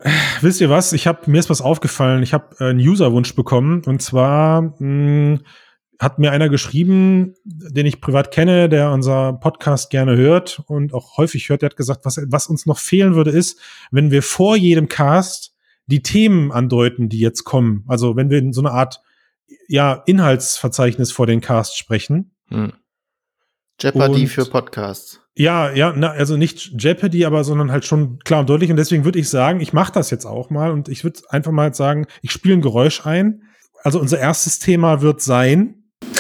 Wisst ihr was? Mir ist was aufgefallen. Ich habe einen Userwunsch bekommen. Und zwar hat mir einer geschrieben, den ich privat kenne, der unser Podcast gerne hört und auch häufig hört. Der hat gesagt, was uns noch fehlen würde, ist, wenn wir vor jedem Cast die Themen andeuten, die jetzt kommen. Also wenn wir in so eine Art Inhaltsverzeichnis vor den Cast sprechen. Jeopardy für Podcasts. Also nicht Jeopardy, aber sondern halt schon klar und deutlich. Und deswegen würde ich sagen, ich mache das jetzt auch mal und ich würde einfach mal sagen, ich spiele ein Geräusch ein. Also unser erstes Thema wird sein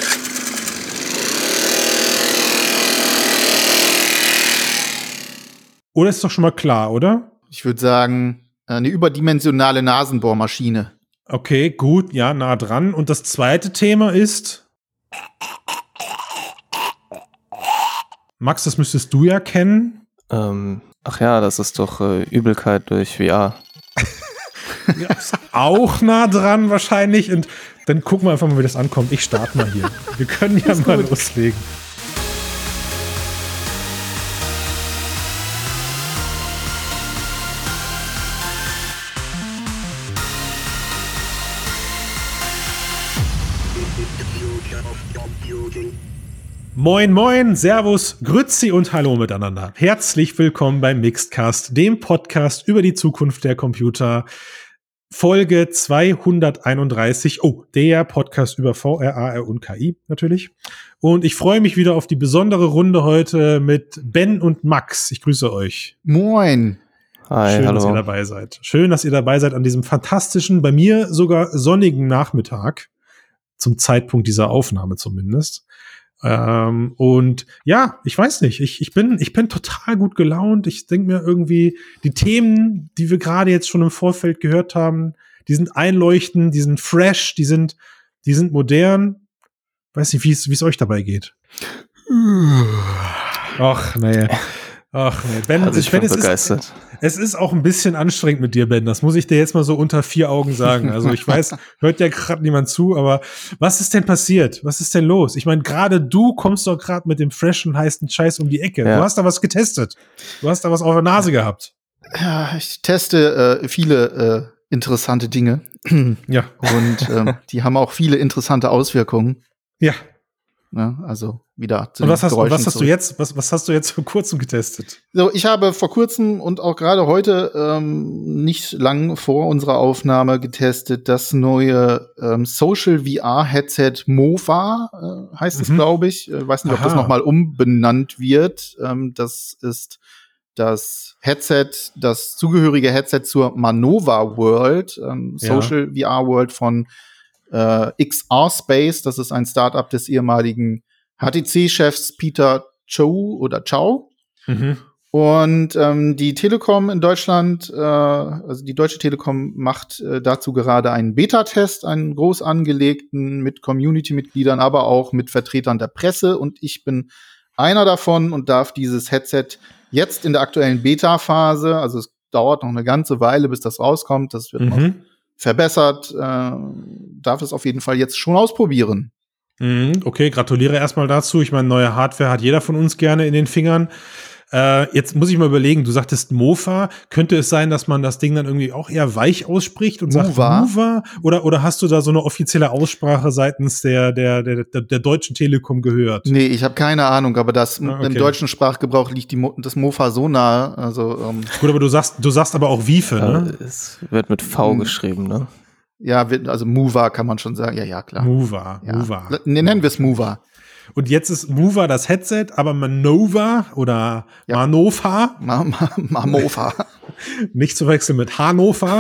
oder ist doch schon mal klar, oder? Ich würde sagen, eine überdimensionale Nasenbohrmaschine. Okay, gut, ja, nah dran. Und das zweite Thema ist Max, das müsstest du ja kennen. Das ist doch Übelkeit durch VR. Ja, ist auch nah dran wahrscheinlich. Und dann gucken wir einfach mal, wie das ankommt. Ich starte mal hier. Wir können ja mal loslegen. Moin, moin, servus, grüezi und hallo miteinander. Herzlich willkommen beim Mixedcast, dem Podcast über die Zukunft der Computer. Folge 231. Oh, der Podcast über VR, AR und KI natürlich. Und ich freue mich wieder auf die besondere Runde heute mit Ben und Max. Ich grüße euch. Moin. Hi, Schön, hallo. dass ihr dabei seid. Schön, dass ihr dabei seid an diesem fantastischen, bei mir sogar sonnigen Nachmittag. Zum Zeitpunkt dieser Aufnahme zumindest. Und ja, ich weiß nicht, ich bin total gut gelaunt. Ich denke mir irgendwie, die Themen, die wir gerade jetzt schon im Vorfeld gehört haben, die sind einleuchtend, die sind fresh, die sind modern. Weiß nicht, wie es euch dabei geht. Ach nee. Ben, also ich bin begeistert. Es ist auch ein bisschen anstrengend mit dir, Ben. Das muss ich dir jetzt mal so unter 4 Augen sagen. Also ich weiß, hört ja gerade niemand zu, aber was ist denn passiert? Was ist denn los? Ich meine, gerade du kommst doch gerade mit dem freshen, heißen Scheiß um die Ecke. Ja. Du hast da was getestet. Du hast da was auf der Nase gehabt. Ja, ich teste viele interessante Dinge. Ja. Und die haben auch viele interessante Auswirkungen. Ja. Ja, also wieder zu und was Geräuschen hast du jetzt vor kurzem getestet? So, ich habe vor kurzem und auch gerade heute nicht lang vor unserer Aufnahme getestet das neue Social VR Headset Mova heißt es, glaube ich. Weiß nicht, ob das noch mal umbenannt wird. Das ist das Headset, das zugehörige Headset zur Manova World, Social VR World von XR Space. Das ist ein Startup des ehemaligen HTC-Chefs Peter Chow. Mhm. Und die Telekom in Deutschland, also die Deutsche Telekom macht dazu gerade einen Beta-Test, einen groß angelegten mit Community-Mitgliedern, aber auch mit Vertretern der Presse. Und ich bin einer davon und darf dieses Headset jetzt in der aktuellen Beta-Phase, also es dauert noch eine ganze Weile, bis das rauskommt, das wird noch verbessert, darf es auf jeden Fall jetzt schon ausprobieren. Okay, gratuliere erstmal dazu. Ich meine, neue Hardware hat jeder von uns gerne in den Fingern. Jetzt muss ich mal überlegen, du sagtest Mofa. Könnte es sein, dass man das Ding dann irgendwie auch eher weich ausspricht und sagt Mova? Oder hast du da so eine offizielle Aussprache seitens der Deutschen Telekom gehört? Nee, ich habe keine Ahnung, aber im deutschen Sprachgebrauch liegt das Mofa so nahe. Also, Gut, aber du sagst aber auch Wiefe, ne? Es wird mit V geschrieben, ne? Ja, also Mova kann man schon sagen. Ja, klar. Mova. Nennen wir es Mova. Und jetzt ist Mova das Headset, aber Manova oder Manova. Mamova. Nicht zu wechseln mit Hannover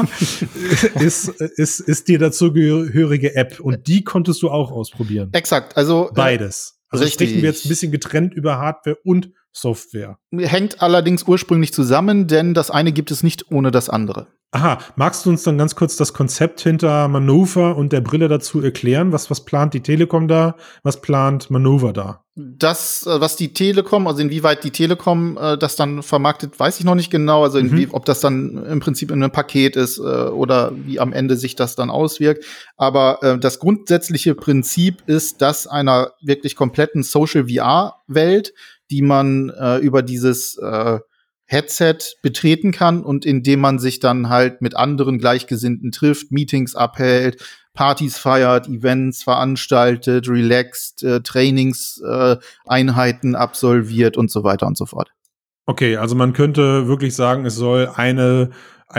ist die dazugehörige App. Und die konntest du auch ausprobieren. Exakt. Also beides. Also sprechen wir jetzt ein bisschen getrennt über Hardware und Software. Hängt allerdings ursprünglich zusammen, denn das eine gibt es nicht ohne das andere. Aha, magst du uns dann ganz kurz das Konzept hinter Manova und der Brille dazu erklären? Was plant die Telekom da? Was plant Manova da? Das, was die Telekom, also inwieweit die Telekom das dann vermarktet, weiß ich noch nicht genau. Also ob das dann im Prinzip in einem Paket ist oder wie am Ende sich das dann auswirkt. Aber das grundsätzliche Prinzip ist, dass einer wirklich kompletten Social VR-Welt, die man über dieses Headset betreten kann und in dem man sich dann halt mit anderen Gleichgesinnten trifft, Meetings abhält, Partys feiert, Events veranstaltet, relaxed, Trainingseinheiten absolviert und so weiter und so fort. Okay, also man könnte wirklich sagen, es soll eine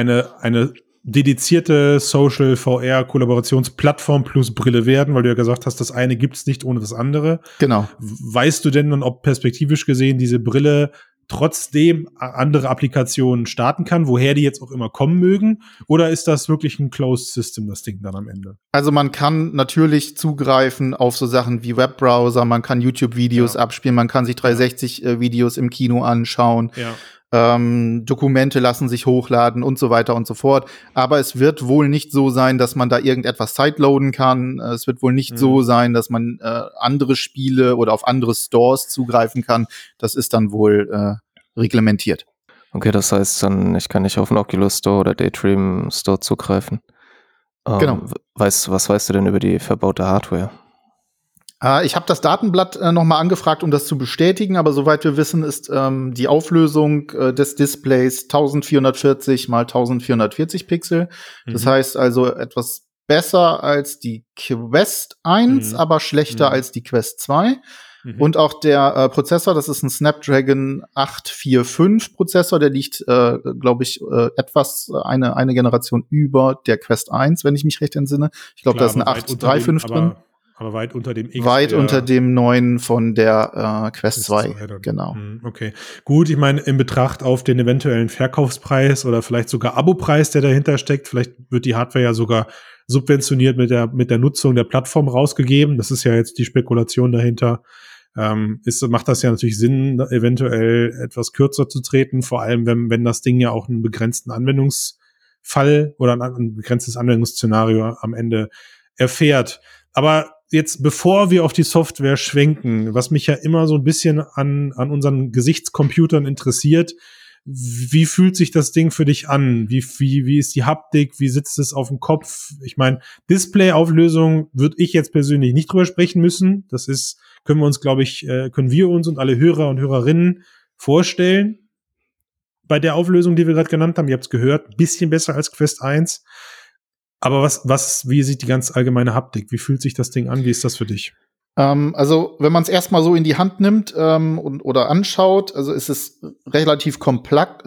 dedizierte Social VR Kollaborationsplattform plus Brille werden, weil du ja gesagt hast, das eine gibt's nicht ohne das andere. Genau. Weißt du denn dann, ob perspektivisch gesehen diese Brille trotzdem andere Applikationen starten kann, woher die jetzt auch immer kommen mögen? Oder ist das wirklich ein Closed System, das Ding dann am Ende? Also man kann natürlich zugreifen auf so Sachen wie Webbrowser, man kann YouTube-Videos abspielen, man kann sich 360-Videos im Kino anschauen. Ja. Dokumente lassen sich hochladen und so weiter und so fort. Aber es wird wohl nicht so sein, dass man da irgendetwas sideloaden kann. Es wird wohl nicht so sein, dass man andere Spiele oder auf andere Stores zugreifen kann. Das ist dann wohl reglementiert. Okay, das heißt dann, ich kann nicht auf den Oculus Store oder Daydream Store zugreifen. Genau. Was weißt du denn über die verbaute Hardware? Ich habe das Datenblatt noch mal angefragt, um das zu bestätigen, aber soweit wir wissen, ist die Auflösung des Displays 1440 mal 1440 Pixel. Das heißt also etwas besser als die Quest 1, aber schlechter als die Quest 2. Und auch der Prozessor, das ist ein Snapdragon 845 Prozessor, der liegt, glaube ich, eine Generation über der Quest 1, wenn ich mich recht entsinne. Ich glaube, da ist eine 835 drin. Aber weit unter dem X. Weit unter dem neuen von der Quest 2. Genau. Okay. Gut, ich meine, in Betracht auf den eventuellen Verkaufspreis oder vielleicht sogar Abopreis, der dahinter steckt, vielleicht wird die Hardware ja sogar subventioniert mit der Nutzung der Plattform rausgegeben. Das ist ja jetzt die Spekulation dahinter. Macht das ja natürlich Sinn, eventuell etwas kürzer zu treten, vor allem wenn das Ding ja auch einen begrenzten Anwendungsfall oder ein begrenztes Anwendungsszenario am Ende erfährt. Aber jetzt, bevor wir auf die Software schwenken, was mich ja immer so ein bisschen an unseren Gesichtscomputern interessiert, wie fühlt sich das Ding für dich an? Wie ist die Haptik? Wie sitzt es auf dem Kopf? Ich meine, Display-Auflösung würde ich jetzt persönlich nicht drüber sprechen müssen. Das ist, können wir uns und alle Hörer und Hörerinnen vorstellen. Bei der Auflösung, die wir gerade genannt haben, ihr habt es gehört, ein bisschen besser als Quest 1. Aber wie sieht die ganz allgemeine Haptik? Wie fühlt sich das Ding an? Wie ist das für dich? Also, wenn man es erstmal so in die Hand nimmt oder anschaut, also ist es relativ kompakt,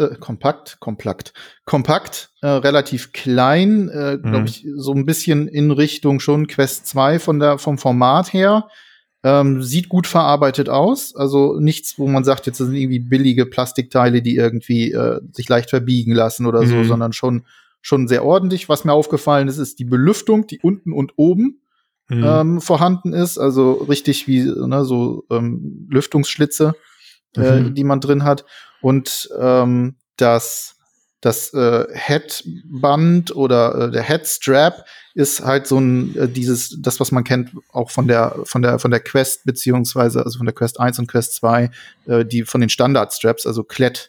relativ klein, glaube ich, so ein bisschen in Richtung schon Quest 2 vom Format her. Sieht gut verarbeitet aus, also nichts, wo man sagt, jetzt sind irgendwie billige Plastikteile, die irgendwie sich leicht verbiegen lassen oder so, sondern schon sehr ordentlich. Was mir aufgefallen ist die Belüftung, die unten und oben vorhanden ist, also richtig wie Lüftungsschlitze, die man drin hat. Und das Headband oder der Headstrap ist halt so das, was man kennt, auch von der Quest, beziehungsweise also von der Quest 1 und Quest 2, die von den Standardstraps, also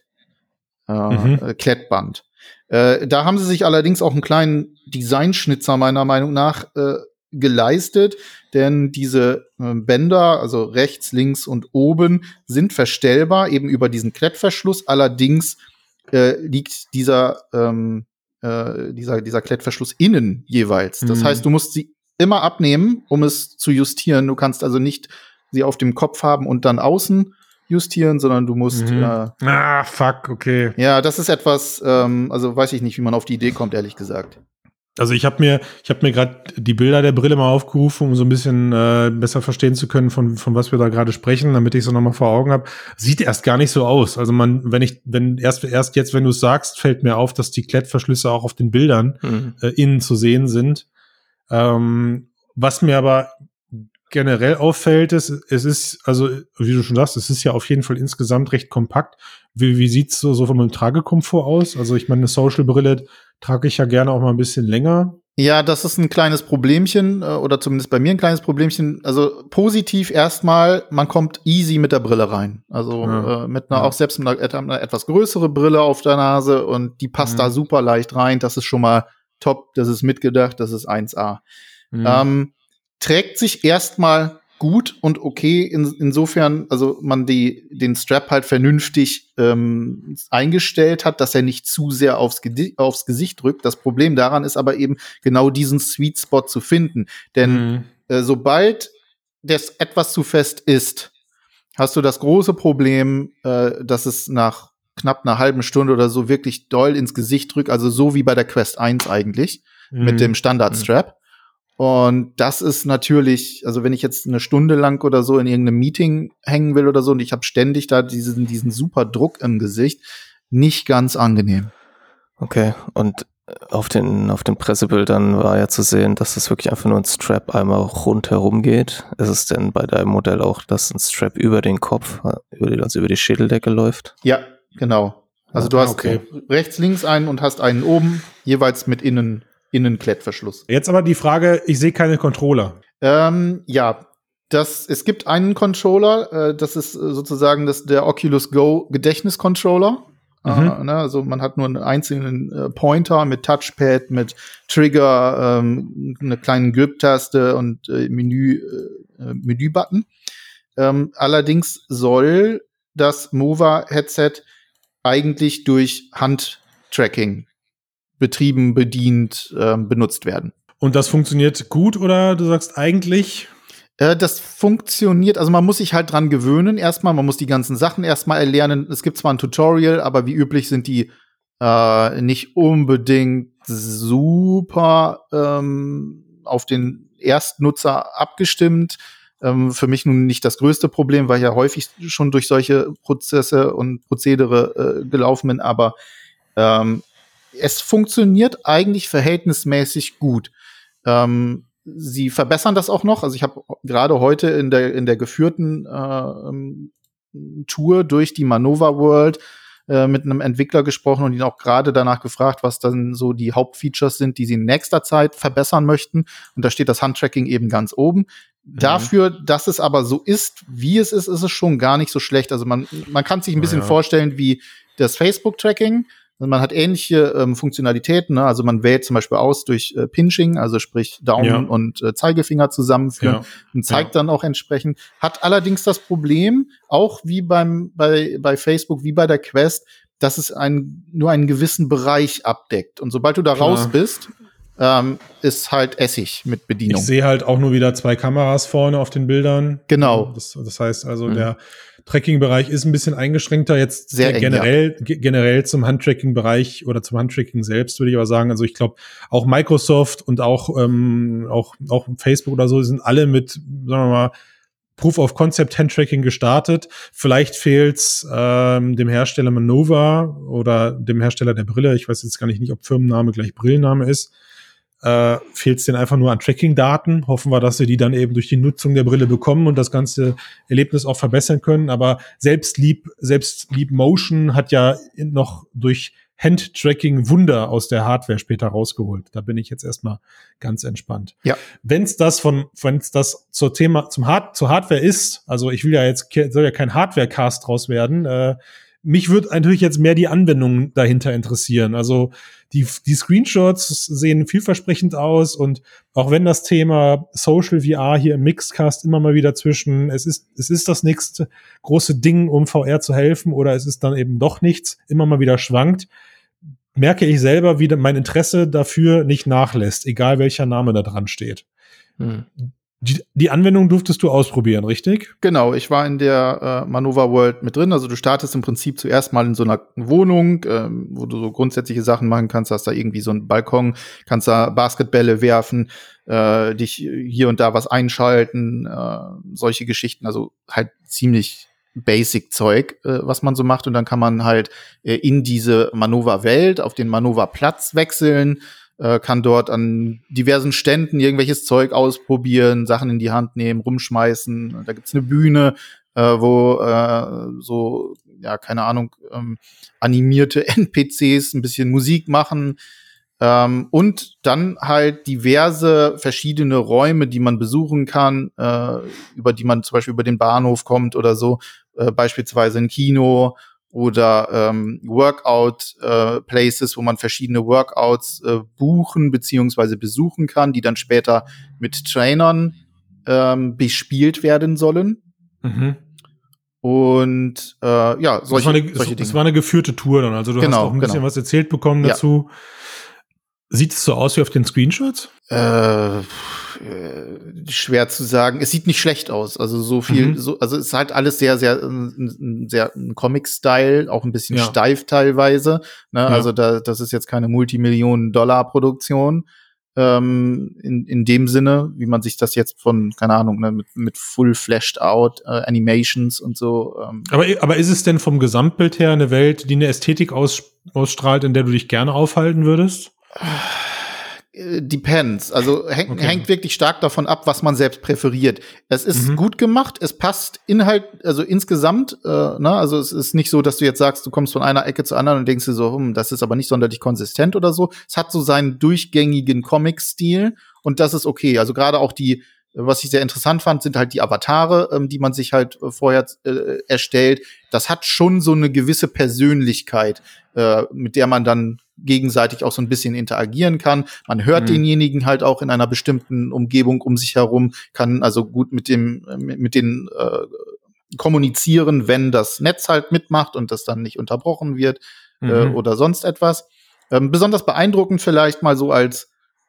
Klettband. Da haben sie sich allerdings auch einen kleinen Designschnitzer meiner Meinung nach geleistet, denn diese Bänder, also rechts, links und oben, sind verstellbar, eben über diesen Klettverschluss. Allerdings liegt dieser Klettverschluss innen jeweils. Das heißt, du musst sie immer abnehmen, um es zu justieren. Du kannst also nicht sie auf dem Kopf haben und dann außen justieren, sondern du musst okay. Ja, das ist etwas, also weiß ich nicht, wie man auf die Idee kommt, ehrlich gesagt. Also ich habe mir gerade die Bilder der Brille mal aufgerufen, um so ein bisschen besser verstehen zu können, von was wir da gerade sprechen, damit ich es noch mal vor Augen habe. Sieht erst gar nicht so aus. Also erst jetzt, wenn du es sagst, fällt mir auf, dass die Klettverschlüsse auch auf den Bildern innen zu sehen sind. Was mir aber generell auffällt, es ist, also wie du schon sagst, es ist ja auf jeden Fall insgesamt recht kompakt. Wie sieht's so von meinem Tragekomfort aus? Also ich meine, eine Social-Brille trage ich ja gerne auch mal ein bisschen länger. Ja, das ist ein kleines Problemchen, oder zumindest bei mir ein kleines Problemchen. Also positiv erstmal, man kommt easy mit der Brille rein. Also selbst mit einer etwas größere Brille auf der Nase, und die passt da super leicht rein. Das ist schon mal top, das ist mitgedacht, das ist 1A. Trägt sich erstmal gut und okay insofern, also man den Strap halt vernünftig eingestellt hat, dass er nicht zu sehr aufs Gesicht drückt. Das Problem daran ist aber eben genau diesen Sweet Spot zu finden. Denn sobald das etwas zu fest ist, hast du das große Problem, dass es nach knapp einer halben Stunde oder so wirklich doll ins Gesicht drückt, also so wie bei der Quest 1 eigentlich, mit dem Standard-Strap. Und das ist natürlich, also wenn ich jetzt eine Stunde lang oder so in irgendeinem Meeting hängen will oder so und ich habe ständig da diesen super Druck im Gesicht, nicht ganz angenehm. Okay, und auf den Pressebildern war ja zu sehen, dass es wirklich einfach nur ein Strap einmal rundherum geht. Ist es denn bei deinem Modell auch, dass ein Strap über den Kopf, also über die Schädeldecke läuft? Ja, genau. Also du hast rechts, links einen und hast einen oben, jeweils mit Innenklettverschluss. Jetzt aber die Frage, ich sehe keine Controller. Ja, es gibt einen Controller, das ist sozusagen der Oculus Go Gedächtniscontroller. Also man hat nur einen einzelnen Pointer mit Touchpad, mit Trigger, eine kleine Grip-Taste und Menü-Button. Allerdings soll das Mova-Headset eigentlich durch Handtracking betrieben, bedient, benutzt werden. Und das funktioniert gut oder du sagst eigentlich? Das funktioniert, also man muss sich halt dran gewöhnen erstmal, man muss die ganzen Sachen erstmal erlernen. Es gibt zwar ein Tutorial, aber wie üblich sind die nicht unbedingt super auf den Erstnutzer abgestimmt. Für mich nun nicht das größte Problem, weil ich ja häufig schon durch solche Prozesse und Prozedere gelaufen bin, aber es funktioniert eigentlich verhältnismäßig gut. Sie verbessern das auch noch. Also ich habe gerade heute in der geführten Tour durch die Manova World mit einem Entwickler gesprochen und ihn auch gerade danach gefragt, was dann so die Hauptfeatures sind, die sie in nächster Zeit verbessern möchten. Und da steht das Handtracking eben ganz oben. Dafür, dass es aber so ist, wie es ist es schon gar nicht so schlecht. Also man kann sich ein bisschen vorstellen wie das Facebook-Tracking. Man hat ähnliche Funktionalitäten, ne? Also man wählt zum Beispiel aus durch Pinching, also sprich Daumen und Zeigefinger zusammenführen und zeigt dann auch entsprechend. Hat allerdings das Problem, auch wie bei Facebook, wie bei der Quest, dass es nur einen gewissen Bereich abdeckt. Und sobald du da raus bist, ist halt Essig mit Bedienung. Ich sehe halt auch nur wieder 2 Kameras vorne auf den Bildern. Genau. Das heißt also, der Tracking-Bereich ist ein bisschen eingeschränkter jetzt sehr eng, generell zum Handtracking-Bereich oder zum Handtracking selbst, würde ich aber sagen. Also ich glaube, auch Microsoft und auch Facebook oder so sind alle mit, sagen wir mal, Proof of Concept Handtracking gestartet. Vielleicht fehlt's dem Hersteller Manova oder dem Hersteller der Brille. Ich weiß jetzt gar nicht, ob Firmenname gleich Brillenname ist. Fehlt es denen einfach nur an Tracking-Daten. Hoffen wir, dass sie die dann eben durch die Nutzung der Brille bekommen und das ganze Erlebnis auch verbessern können. Aber selbst Leap Motion hat ja noch durch Hand-Tracking Wunder aus der Hardware später rausgeholt. Da bin ich jetzt erstmal ganz entspannt. Ja. Wenn's das zur Hardware ist, also ich soll ja kein Hardware-Cast draus werden, mich würde natürlich jetzt mehr die Anwendung dahinter interessieren. Also die Screenshots sehen vielversprechend aus und auch wenn das Thema Social VR hier im Mixcast immer mal wieder es ist das nächste große Ding, um VR zu helfen oder es ist dann eben doch nichts, immer mal wieder schwankt, merke ich selber, wie mein Interesse dafür nicht nachlässt, egal welcher Name da dran steht. Die Anwendung durftest du ausprobieren, richtig? Genau, ich war in der Manova World mit drin. Also du startest im Prinzip zuerst mal in so einer Wohnung, wo du so grundsätzliche Sachen machen kannst. Hast da irgendwie so einen Balkon, kannst da Basketbälle werfen, dich hier und da was einschalten, solche Geschichten. Also halt ziemlich Basic-Zeug, was man so macht. Und dann kann man halt in diese Manova-Welt auf den Manova-Platz wechseln, kann dort an diversen Ständen irgendwelches Zeug ausprobieren, Sachen in die Hand nehmen, rumschmeißen. Da gibt's eine Bühne, wo so, ja, keine Ahnung, animierte NPCs ein bisschen Musik machen. Und dann halt diverse verschiedene Räume, die man besuchen kann, über die man zum Beispiel über den Bahnhof kommt oder so, beispielsweise ein Kino oder Workout-Places, wo man verschiedene Workouts buchen beziehungsweise besuchen kann, die dann später mit Trainern bespielt werden sollen. Mhm. Und solche Dinge. Es war eine geführte Tour dann. Also du hast auch ein bisschen was erzählt bekommen dazu. Sieht es so aus wie auf den Screenshots? Schwer zu sagen. Es sieht nicht schlecht aus. Also so viel, also es ist halt alles sehr, sehr, sehr Comic-Style, auch ein bisschen steif teilweise. Ne? Ja. Also das ist jetzt keine Multimillionen-Dollar-Produktion. In dem Sinne, wie man sich das jetzt von, keine Ahnung, ne, mit full fleshed out Animations und so. Aber ist es denn vom Gesamtbild her eine Welt, die eine Ästhetik ausstrahlt, in der du dich gerne aufhalten würdest? Depends. Also hängt wirklich stark davon ab, was man selbst präferiert. Es ist gut gemacht, es passt also insgesamt, also es ist nicht so, dass du jetzt sagst, du kommst von einer Ecke zur anderen und denkst dir so, das ist aber nicht sonderlich konsistent oder so. Es hat so seinen durchgängigen Comic-Stil und das ist okay. Also gerade auch was ich sehr interessant fand, sind halt die Avatare, die man sich halt vorher erstellt. Das hat schon so eine gewisse Persönlichkeit, mit der man dann gegenseitig auch so ein bisschen interagieren kann. Man hört denjenigen halt auch in einer bestimmten Umgebung um sich herum, kann also gut mit denen kommunizieren, wenn das Netz halt mitmacht und das dann nicht unterbrochen wird oder sonst etwas. Besonders beeindruckend vielleicht mal so als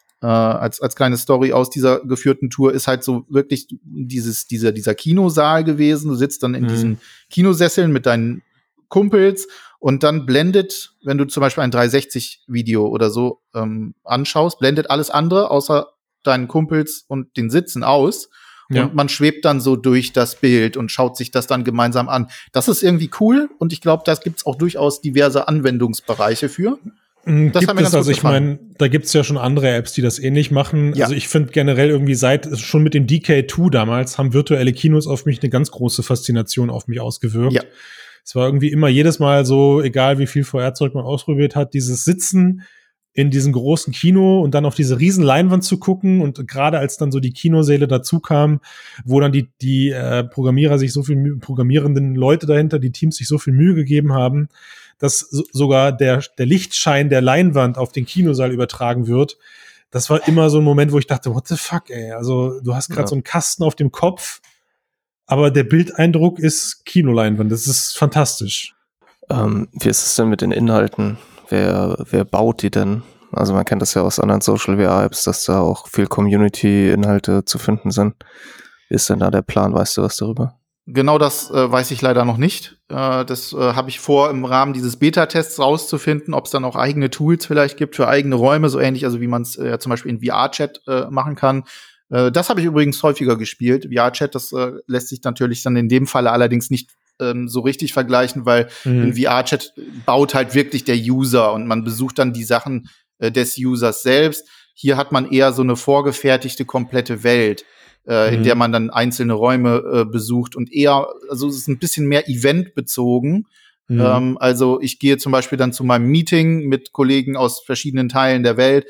kleine Story aus dieser geführten Tour ist halt so wirklich dieser Kinosaal gewesen. Du sitzt dann in diesen Kinosesseln mit deinen Kumpels und dann blendet, wenn du zum Beispiel ein 360-Video oder so anschaust, blendet alles andere außer deinen Kumpels und den Sitzen aus. Ja. Und man schwebt dann so durch das Bild und schaut sich das dann gemeinsam an. Das ist irgendwie cool und ich glaube, da gibt's auch durchaus diverse Anwendungsbereiche für. Das gibt es, also ich meine, da gibt's ja schon andere Apps, die das ähnlich machen. Ja. Also ich finde generell irgendwie schon mit dem DK2 damals haben virtuelle Kinos auf mich eine ganz große Faszination auf mich ausgewirkt. Ja. Es war irgendwie immer jedes Mal so, egal wie viel VR-Zeug man ausprobiert hat, dieses Sitzen in diesem großen Kino und dann auf diese riesen Leinwand zu gucken und gerade als dann so die Kinosäle dazu kamen, wo dann die Programmierer sich so viel programmierenden Leute dahinter, die Teams sich so viel Mühe gegeben haben, dass sogar der Lichtschein der Leinwand auf den Kinosaal übertragen wird. Das war immer so ein Moment, wo ich dachte, what the fuck, ey? Also du hast gerade so einen Kasten auf dem Kopf, aber der Bildeindruck ist Kinoleinwand. Das ist fantastisch. Wie ist es denn mit den Inhalten? Wer baut die denn? Also man kennt das ja aus anderen Social VR-Apps, dass da auch viel Community-Inhalte zu finden sind. Wie ist denn da der Plan? Weißt du was darüber? Genau das weiß ich leider noch nicht. Das habe ich vor, im Rahmen dieses Beta-Tests rauszufinden, ob es dann auch eigene Tools vielleicht gibt für eigene Räume, so ähnlich, also wie man es zum Beispiel in VR-Chat machen kann. Das habe ich übrigens häufiger gespielt. VR-Chat, das lässt sich natürlich dann in dem Falle allerdings nicht so richtig vergleichen, weil in VR-Chat baut halt wirklich der User und man besucht dann die Sachen des Users selbst. Hier hat man eher so eine vorgefertigte komplette Welt, in der man dann einzelne Räume besucht und also es ist ein bisschen mehr eventbezogen. Also ich gehe zum Beispiel dann zu meinem Meeting mit Kollegen aus verschiedenen Teilen der Welt,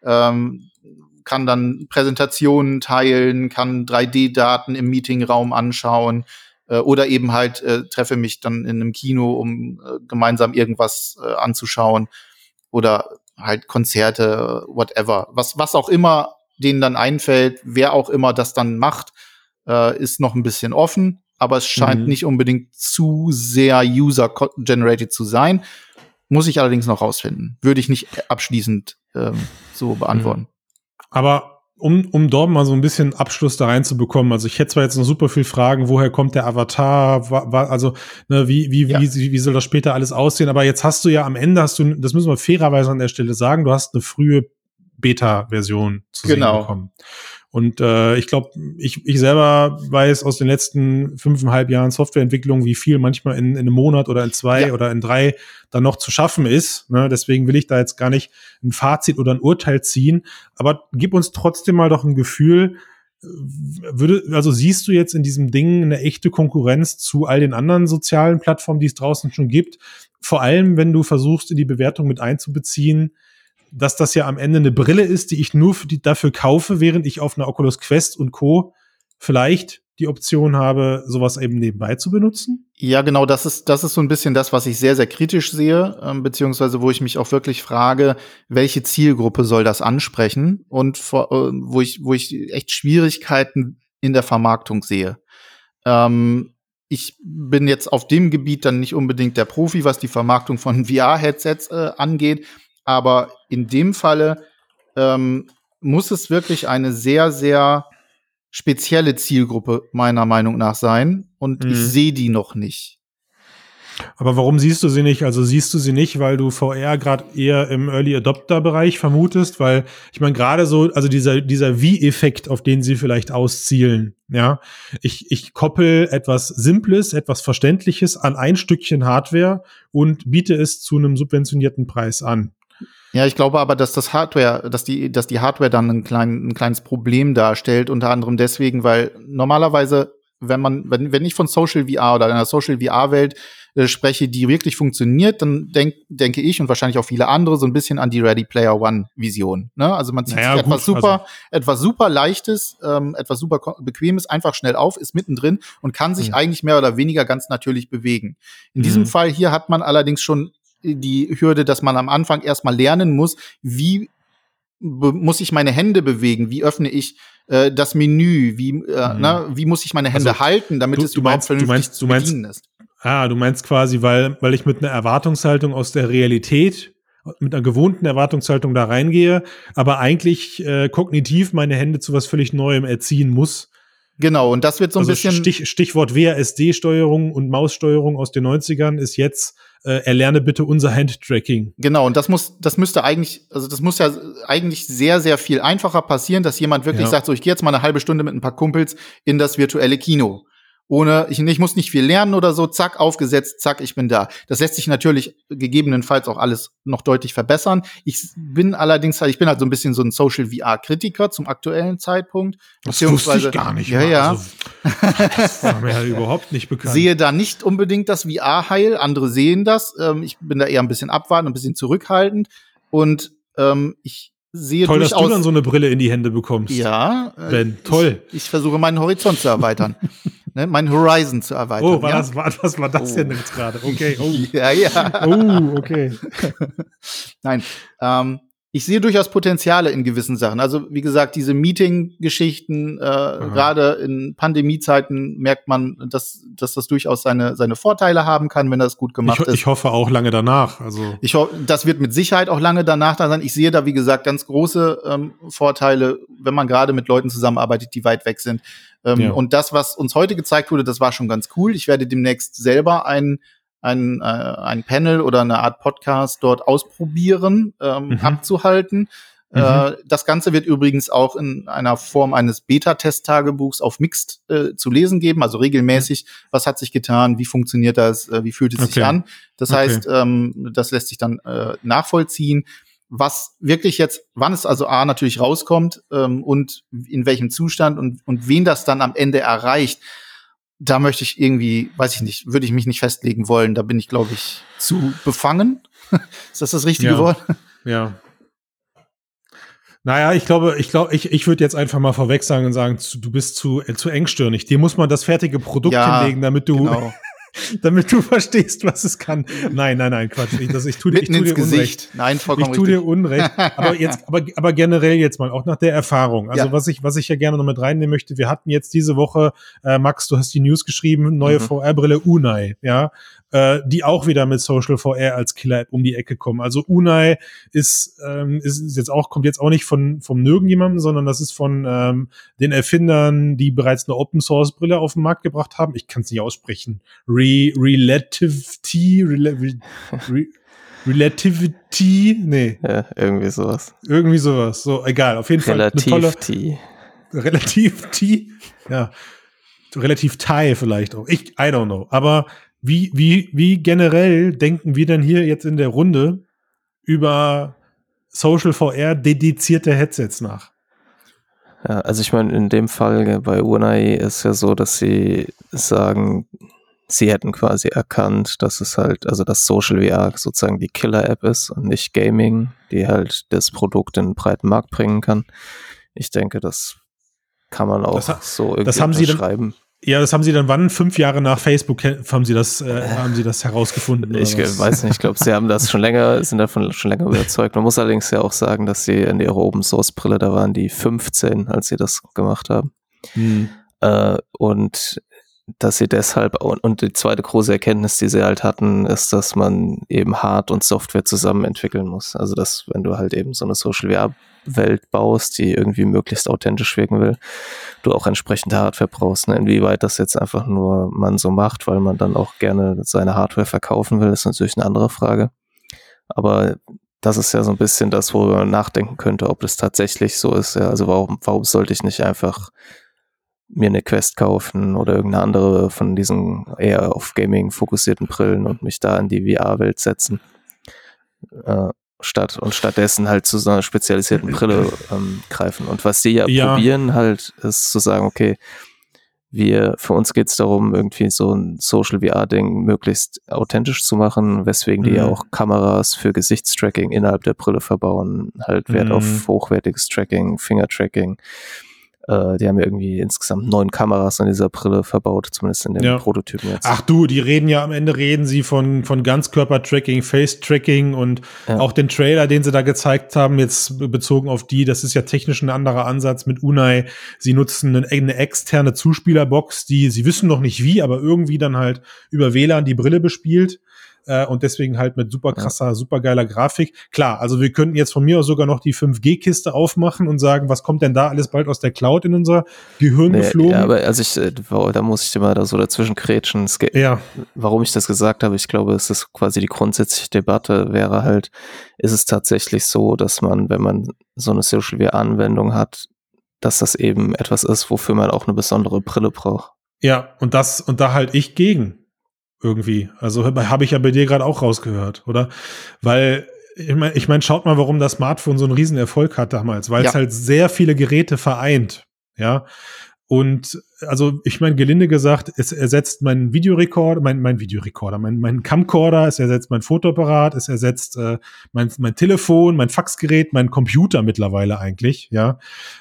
kann dann Präsentationen teilen, kann 3D-Daten im Meetingraum anschauen oder eben halt treffe mich dann in einem Kino, um gemeinsam irgendwas anzuschauen oder halt Konzerte, whatever. Was auch immer denen dann einfällt, wer auch immer das dann macht, ist noch ein bisschen offen, aber es scheint nicht unbedingt zu sehr user-generated zu sein. Muss ich allerdings noch rausfinden. Würde ich nicht abschließend so beantworten. Aber um dort mal so ein bisschen Abschluss da reinzubekommen, also ich hätte zwar jetzt noch super viel Fragen, woher kommt der Avatar, also ne, wie soll das später alles aussehen, aber jetzt hast du ja am Ende, das müssen wir fairerweise an der Stelle sagen, du hast eine frühe Beta-Version zu sehen bekommen. Und ich glaube, ich selber weiß aus den letzten 5,5 Jahren Softwareentwicklung, wie viel manchmal in einem Monat oder in 2 oder in 3 dann noch zu schaffen ist. Ne? Deswegen will ich da jetzt gar nicht ein Fazit oder ein Urteil ziehen. Aber gib uns trotzdem mal doch ein Gefühl, also siehst du jetzt in diesem Ding eine echte Konkurrenz zu all den anderen sozialen Plattformen, die es draußen schon gibt? Vor allem, wenn du versuchst, in die Bewertung mit einzubeziehen, dass das ja am Ende eine Brille ist, die ich nur dafür kaufe, während ich auf einer Oculus Quest und Co. vielleicht die Option habe, sowas eben nebenbei zu benutzen? Ja, genau, das ist so ein bisschen das, was ich sehr, sehr kritisch sehe, beziehungsweise wo ich mich auch wirklich frage, welche Zielgruppe soll das ansprechen und wo ich echt Schwierigkeiten in der Vermarktung sehe. Ich bin jetzt auf dem Gebiet dann nicht unbedingt der Profi, was die Vermarktung von VR-Headsets angeht, aber in dem Falle muss es wirklich eine sehr, sehr spezielle Zielgruppe meiner Meinung nach sein und ich sehe die noch nicht. Aber warum siehst du sie nicht? Also siehst du sie nicht, weil du VR gerade eher im Early Adopter Bereich vermutest, weil ich meine gerade so, also dieser Wie-Effekt, auf den sie vielleicht auszielen, ja, ich koppel etwas Simples, etwas Verständliches an ein Stückchen Hardware und biete es zu einem subventionierten Preis an. Ja, ich glaube aber, dass die Hardware dann ein kleines Problem darstellt, unter anderem deswegen, weil normalerweise, wenn ich von Social VR oder einer Social VR-Welt spreche, die wirklich funktioniert, dann denke ich und wahrscheinlich auch viele andere so ein bisschen an die Ready Player One-Vision. Ne? Also man zieht sich etwas super Leichtes, etwas super Bequemes, einfach schnell auf, ist mittendrin und kann sich eigentlich mehr oder weniger ganz natürlich bewegen. In diesem Fall hier hat man allerdings schon die Hürde, dass man am Anfang erstmal lernen muss, wie muss ich meine Hände bewegen, wie öffne ich das Menü, wie muss ich meine Hände halten, damit es überhaupt vernünftig zu bedienen ist. Du meinst quasi, weil ich mit einer Erwartungshaltung aus der Realität, mit einer gewohnten Erwartungshaltung da reingehe, aber eigentlich kognitiv meine Hände zu was völlig Neuem erziehen muss. Genau, und das wird so ein bisschen Stichwort WASD-Steuerung und Maussteuerung aus den 90ern ist jetzt erlerne bitte unser Handtracking. Genau, und das muss ja eigentlich sehr, sehr viel einfacher passieren, dass jemand wirklich sagt, so, ich gehe jetzt mal eine halbe Stunde mit ein paar Kumpels in das virtuelle Kino. Ich muss nicht viel lernen oder so, zack, aufgesetzt, zack, ich bin da. Das lässt sich natürlich gegebenenfalls auch alles noch deutlich verbessern. Ich bin halt so ein bisschen so ein Social VR-Kritiker zum aktuellen Zeitpunkt. Das wusste ich gar nicht. Ja. Also, das war mir ja überhaupt nicht bekannt. Sehe da nicht unbedingt das VR-Heil, andere sehen das. Ich bin da eher ein bisschen abwartend, ein bisschen zurückhaltend. Und ich sehe toll, durchaus, dass du dann so eine Brille in die Hände bekommst. Ja. Ben, toll. Ich versuche meinen Horizont zu erweitern. Mein Horizon zu erweitern. Oh, was war das denn jetzt gerade? Okay. Oh. Ja. Oh, okay. Nein, ich sehe durchaus Potenziale in gewissen Sachen. Also, wie gesagt, diese Meeting-Geschichten, gerade in Pandemiezeiten merkt man, dass das durchaus seine Vorteile haben kann, wenn das gut gemacht ist. Ich hoffe auch lange danach. Also ich hoffe, das wird mit Sicherheit auch lange danach da sein. Ich sehe da, wie gesagt, ganz große Vorteile, wenn man gerade mit Leuten zusammenarbeitet, die weit weg sind. Und das, was uns heute gezeigt wurde, das war schon ganz cool. Ich werde demnächst selber ein Panel oder eine Art Podcast dort ausprobieren, abzuhalten. Das Ganze wird übrigens auch in einer Form eines Beta-Test-Tagebuchs auf Mixed zu lesen geben, also regelmäßig, was hat sich getan, wie funktioniert das, wie fühlt es sich an. Das heißt, das lässt sich dann nachvollziehen. Was wirklich jetzt, wann es also natürlich rauskommt und in welchem Zustand und wen das dann am Ende erreicht, da möchte ich irgendwie, weiß ich nicht, würde ich mich nicht festlegen wollen. Da bin ich, glaube ich, zu befangen. Ist das richtige Wort? Ja. Naja, ich glaube, ich würde jetzt einfach mal vorweg sagen und sagen, du bist zu engstirnig. Dir muss man das fertige Produkt hinlegen, damit du verstehst, was es kann. Nein, Quatsch. Ich tu dir Unrecht. Nein, vollkommen richtig. Ich tu dir Unrecht. Aber generell jetzt mal, auch nach der Erfahrung. Also was ich ja gerne noch mit reinnehmen möchte, wir hatten jetzt diese Woche, Max, du hast die News geschrieben, neue VR-Brille Unai, ja, die auch wieder mit Social VR als Killer-App um die Ecke kommen. Also Unai kommt jetzt auch nicht vom Nirgendjemandem, sondern das ist von den Erfindern, die bereits eine Open-Source-Brille auf den Markt gebracht haben. Ich kann es nicht aussprechen. Relativity? Nee. Ja, irgendwie sowas. So, egal. Auf jeden Fall eine tolle Relativ-T? Ja. Relativ-Tie vielleicht auch. I don't know. Aber wie generell denken wir denn hier jetzt in der Runde über Social VR dedizierte Headsets nach? Ja, also ich meine, in dem Fall bei Unai ist ja so, dass sie sagen, sie hätten quasi erkannt, dass es halt, also dass Social VR sozusagen die Killer-App ist und nicht Gaming, die halt das Produkt in den breiten Markt bringen kann. Ich denke, das kann man auch so irgendwie unterschreiben. Ja, das haben sie dann wann? 5 Jahre nach Facebook haben sie das herausgefunden? Ich weiß nicht, ich glaube, sie haben das sind davon schon länger überzeugt. Man muss allerdings ja auch sagen, dass sie in ihrer Open-Source-Brille, da waren die 15, als sie das gemacht haben. Und dass sie deshalb, und die zweite große Erkenntnis, die sie halt hatten, ist, dass man eben Hard- und Software zusammen entwickeln muss. Also dass, wenn du halt eben so eine Social-VR-Welt baust, die irgendwie möglichst authentisch wirken will, du auch entsprechende Hardware brauchst. Ne? Inwieweit das jetzt einfach nur man so macht, weil man dann auch gerne seine Hardware verkaufen will, ist natürlich eine andere Frage. Aber das ist ja so ein bisschen das, worüber man nachdenken könnte, ob das tatsächlich so ist. Ja? Also warum sollte ich nicht einfach mir eine Quest kaufen oder irgendeine andere von diesen eher auf Gaming fokussierten Brillen und mich da in die VR-Welt setzen, stattdessen halt zu so einer spezialisierten Brille greifen. Und was die probieren halt, ist zu sagen, okay, für uns geht es darum, irgendwie so ein Social-VR-Ding möglichst authentisch zu machen, weswegen die ja auch Kameras für Gesichtstracking innerhalb der Brille verbauen, halt Wert auf hochwertiges Tracking, Finger-Tracking. Die haben ja irgendwie insgesamt 9 Kameras an dieser Brille verbaut, zumindest in den Prototypen jetzt. Ach du, die reden sie von Ganzkörper-Tracking, Face-Tracking und auch den Trailer, den sie da gezeigt haben, jetzt bezogen auf das ist ja technisch ein anderer Ansatz mit Unai. Sie nutzen eine externe Zuspielerbox, die, sie wissen noch nicht wie, aber irgendwie dann halt über WLAN die Brille bespielt. Und deswegen halt mit super krasser, super geiler Grafik. Klar, also wir könnten jetzt von mir aus sogar noch die 5G-Kiste aufmachen und sagen, was kommt denn da alles bald aus der Cloud in unser Gehirn geflogen? Ja, aber also da muss ich dir mal da so dazwischen grätschen. Warum ich das gesagt habe, ich glaube, es ist quasi die grundsätzliche Debatte, wäre halt, ist es tatsächlich so, dass man, wenn man so eine Social-VR-Anwendung hat, dass das eben etwas ist, wofür man auch eine besondere Brille braucht. Ja, und da halt ich gegen. Irgendwie. Also habe ich ja bei dir gerade auch rausgehört, oder? Weil, ich meine, schaut mal, warum das Smartphone so einen Riesenerfolg hat damals, weil es halt sehr viele Geräte vereint, ja. Und also, ich meine, gelinde gesagt, es ersetzt meinen Videorekorder, mein Camcorder, es ersetzt mein Fotoapparat, es ersetzt mein Telefon, mein Faxgerät, mein Computer mittlerweile eigentlich, ja.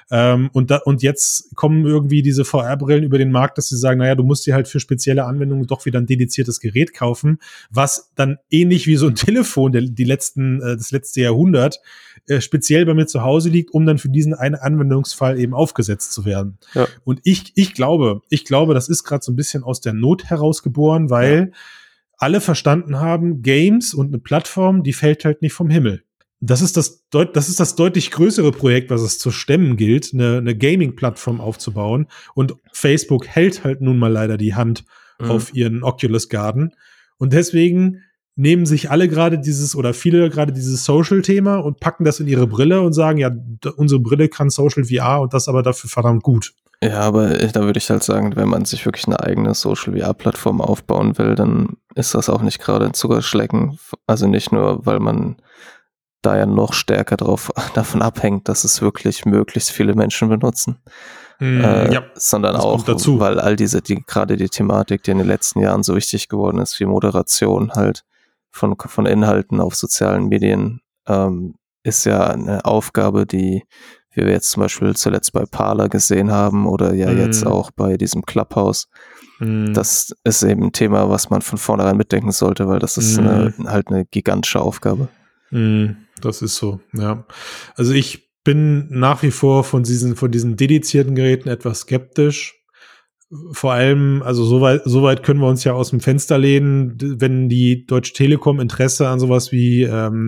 Und jetzt kommen irgendwie diese VR-Brillen über den Markt, dass sie sagen, naja, du musst dir halt für spezielle Anwendungen doch wieder ein dediziertes Gerät kaufen, was dann ähnlich wie so ein Telefon das letzte Jahrhundert speziell bei mir zu Hause liegt, um dann für diesen einen Anwendungsfall eben aufgesetzt zu werden. Ja. Und ich glaube, das ist gerade so ein bisschen aus der Not herausgeboren, weil alle verstanden haben, Games und eine Plattform, die fällt halt nicht vom Himmel. Das ist das deutlich größere Projekt, was es zu stemmen gilt, eine Gaming-Plattform aufzubauen. Und Facebook hält halt nun mal leider die Hand auf ihren Oculus Garden. Und deswegen nehmen sich viele gerade dieses Social-Thema und packen das in ihre Brille und sagen, ja, unsere Brille kann Social VR und das aber dafür verdammt gut. Ja, aber da würde ich halt sagen, wenn man sich wirklich eine eigene Social-VR-Plattform aufbauen will, dann ist das auch nicht gerade ein Zuckerschlecken. Also nicht nur, weil man da ja noch stärker davon abhängt, dass es wirklich möglichst viele Menschen benutzen. Sondern auch, weil gerade die Thematik, die in den letzten Jahren so wichtig geworden ist, wie Moderation halt von Inhalten auf sozialen Medien, ist ja eine Aufgabe, die wir jetzt zum Beispiel zuletzt bei Parler gesehen haben oder jetzt auch bei diesem Clubhouse. Das ist eben ein Thema, was man von vornherein mitdenken sollte, weil das ist halt eine gigantische Aufgabe. Das ist so, ja. Also ich bin nach wie vor von diesen dedizierten Geräten etwas skeptisch. Vor allem, also soweit können wir uns ja aus dem Fenster lehnen, wenn die Deutsche Telekom Interesse an sowas wie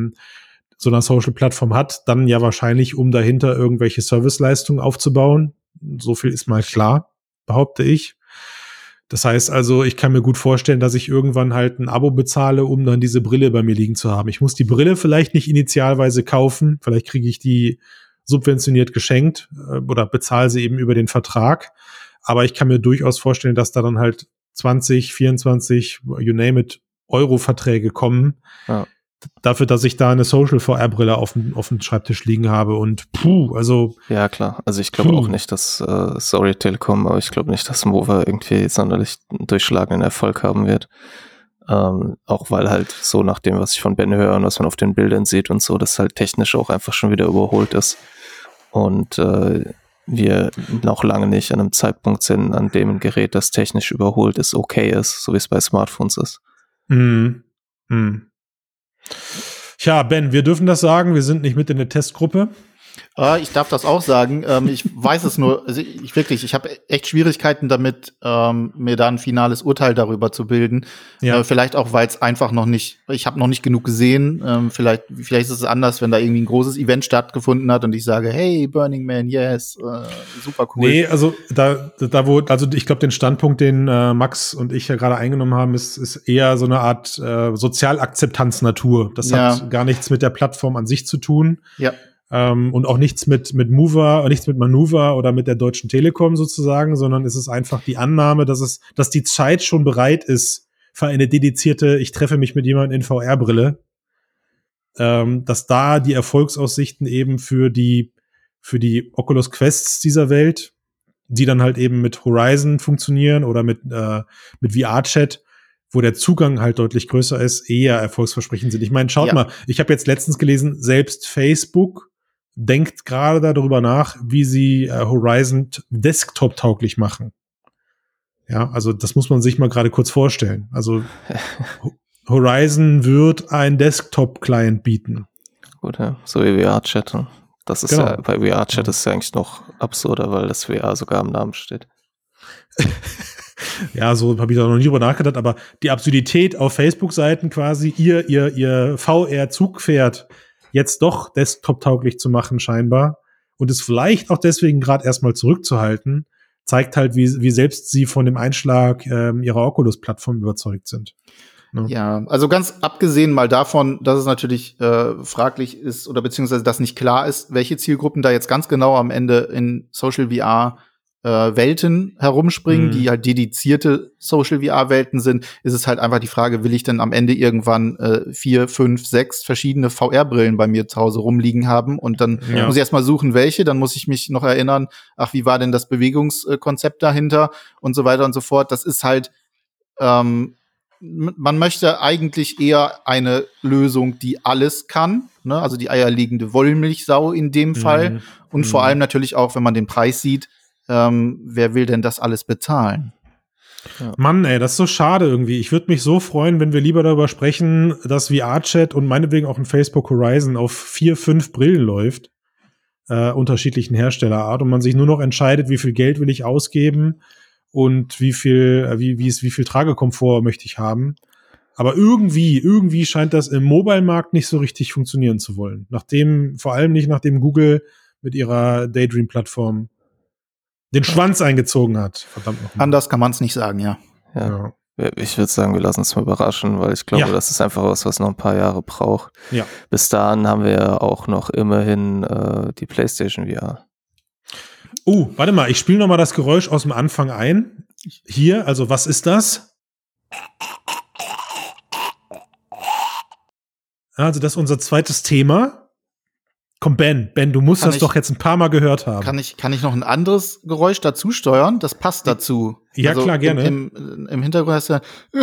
so einer Social-Plattform hat, dann ja wahrscheinlich, um dahinter irgendwelche Serviceleistungen aufzubauen. So viel ist mal klar, behaupte ich. Das heißt also, ich kann mir gut vorstellen, dass ich irgendwann halt ein Abo bezahle, um dann diese Brille bei mir liegen zu haben. Ich muss die Brille vielleicht nicht initialweise kaufen, vielleicht kriege ich die subventioniert geschenkt oder bezahle sie eben über den Vertrag. Aber ich kann mir durchaus vorstellen, dass da dann halt 20, 24, you name it, Euro-Verträge kommen. Ja. Dafür, dass ich da eine Social-VR-Brille auf dem Schreibtisch liegen habe und also. Ja, klar. Also ich glaube auch nicht, dass, sorry Telekom, aber ich glaube nicht, dass Mova irgendwie sonderlich durchschlagenden Erfolg haben wird. Auch weil halt so nach dem, was ich von Ben höre und was man auf den Bildern sieht und so, das halt technisch auch einfach schon wieder überholt ist. Und wir noch lange nicht an einem Zeitpunkt sind, an dem ein Gerät, das technisch überholt ist, okay ist, so wie es bei Smartphones ist. Tja, Ben, wir dürfen das sagen, wir sind nicht mit in der Testgruppe. Ich darf das auch sagen. Ich weiß es nur, also ich habe echt Schwierigkeiten damit, mir da ein finales Urteil darüber zu bilden. Ja. Vielleicht auch, weil es einfach ich habe noch nicht genug gesehen. Vielleicht ist es anders, wenn da irgendwie ein großes Event stattgefunden hat und ich sage, hey, Burning Man, yes, super cool. Nee, also ich glaube, den Standpunkt, den Max und ich ja gerade eingenommen haben, ist eher so eine Art Sozialakzeptanz-Natur. Das hat gar nichts mit der Plattform an sich zu tun. Ja. Und auch nichts mit Mover, nichts mit Maneuver oder mit der Deutschen Telekom sozusagen, sondern es ist einfach die Annahme, dass die Zeit schon bereit ist für eine dedizierte, ich treffe mich mit jemandem in VR-Brille, dass da die Erfolgsaussichten eben für die Oculus Quests dieser Welt, die dann halt eben mit Horizon funktionieren oder mit VR-Chat, wo der Zugang halt deutlich größer ist, eher erfolgsversprechend sind. Ich meine, schaut mal, ich habe jetzt letztens gelesen, selbst Facebook denkt gerade darüber nach, wie sie Horizon Desktop-tauglich machen. Ja, also das muss man sich mal gerade kurz vorstellen. Also Horizon wird ein Desktop-Client bieten. Gut, ja. So wie VR-Chat. Das ist ja, bei VR-Chat ist ja eigentlich noch absurder, weil das VR sogar im Namen steht. Ja, so habe ich da noch nie drüber nachgedacht, aber die Absurdität auf Facebook-Seiten quasi, ihr VR-Zugpferd jetzt doch desktop-tauglich zu machen scheinbar und es vielleicht auch deswegen gerade erstmal zurückzuhalten, zeigt halt, wie selbst sie von dem Einschlag ihrer Oculus-Plattform überzeugt sind. Ne? Ja, also ganz abgesehen mal davon, dass es natürlich fraglich ist oder beziehungsweise dass nicht klar ist, welche Zielgruppen da jetzt ganz genau am Ende in Social VR Welten herumspringen, die halt dedizierte Social VR-Welten sind, ist es halt einfach die Frage, will ich denn am Ende irgendwann 4, 5, 6 verschiedene VR-Brillen bei mir zu Hause rumliegen haben und dann muss ich erstmal suchen, welche, dann muss ich mich noch erinnern, ach, wie war denn das Bewegungskonzept dahinter und so weiter und so fort. Das ist halt man möchte eigentlich eher eine Lösung, die alles kann, ne? Also die eierlegende Wollmilchsau in dem Fall und vor allem natürlich auch, wenn man den Preis sieht, wer will denn das alles bezahlen? Ja. Mann, ey, das ist so schade irgendwie. Ich würde mich so freuen, wenn wir lieber darüber sprechen, dass VR-Chat und meinetwegen auch ein Facebook Horizon auf 4, 5 Brillen läuft, unterschiedlichen Herstellerart, und man sich nur noch entscheidet, wie viel Geld will ich ausgeben und wie viel Tragekomfort möchte ich haben. Aber irgendwie scheint das im Mobile-Markt nicht so richtig funktionieren zu wollen. Vor allem nicht nachdem Google mit ihrer Daydream-Plattform den Schwanz eingezogen hat. Verdammt nochmal. Anders kann man es nicht sagen, ja. Ich würde sagen, wir lassen uns mal überraschen, weil ich glaube, das ist einfach was noch ein paar Jahre braucht. Ja. Bis dahin haben wir ja auch noch immerhin die PlayStation VR. Warte mal, ich spiele noch mal das Geräusch aus dem Anfang ein. Hier, also was ist das? Also das ist unser zweites Thema. Komm, Ben, du musst das doch jetzt ein paar Mal gehört haben. Kann ich noch ein anderes Geräusch dazu steuern? Das passt dazu. Ja, also klar, gerne. Im Hintergrund hast du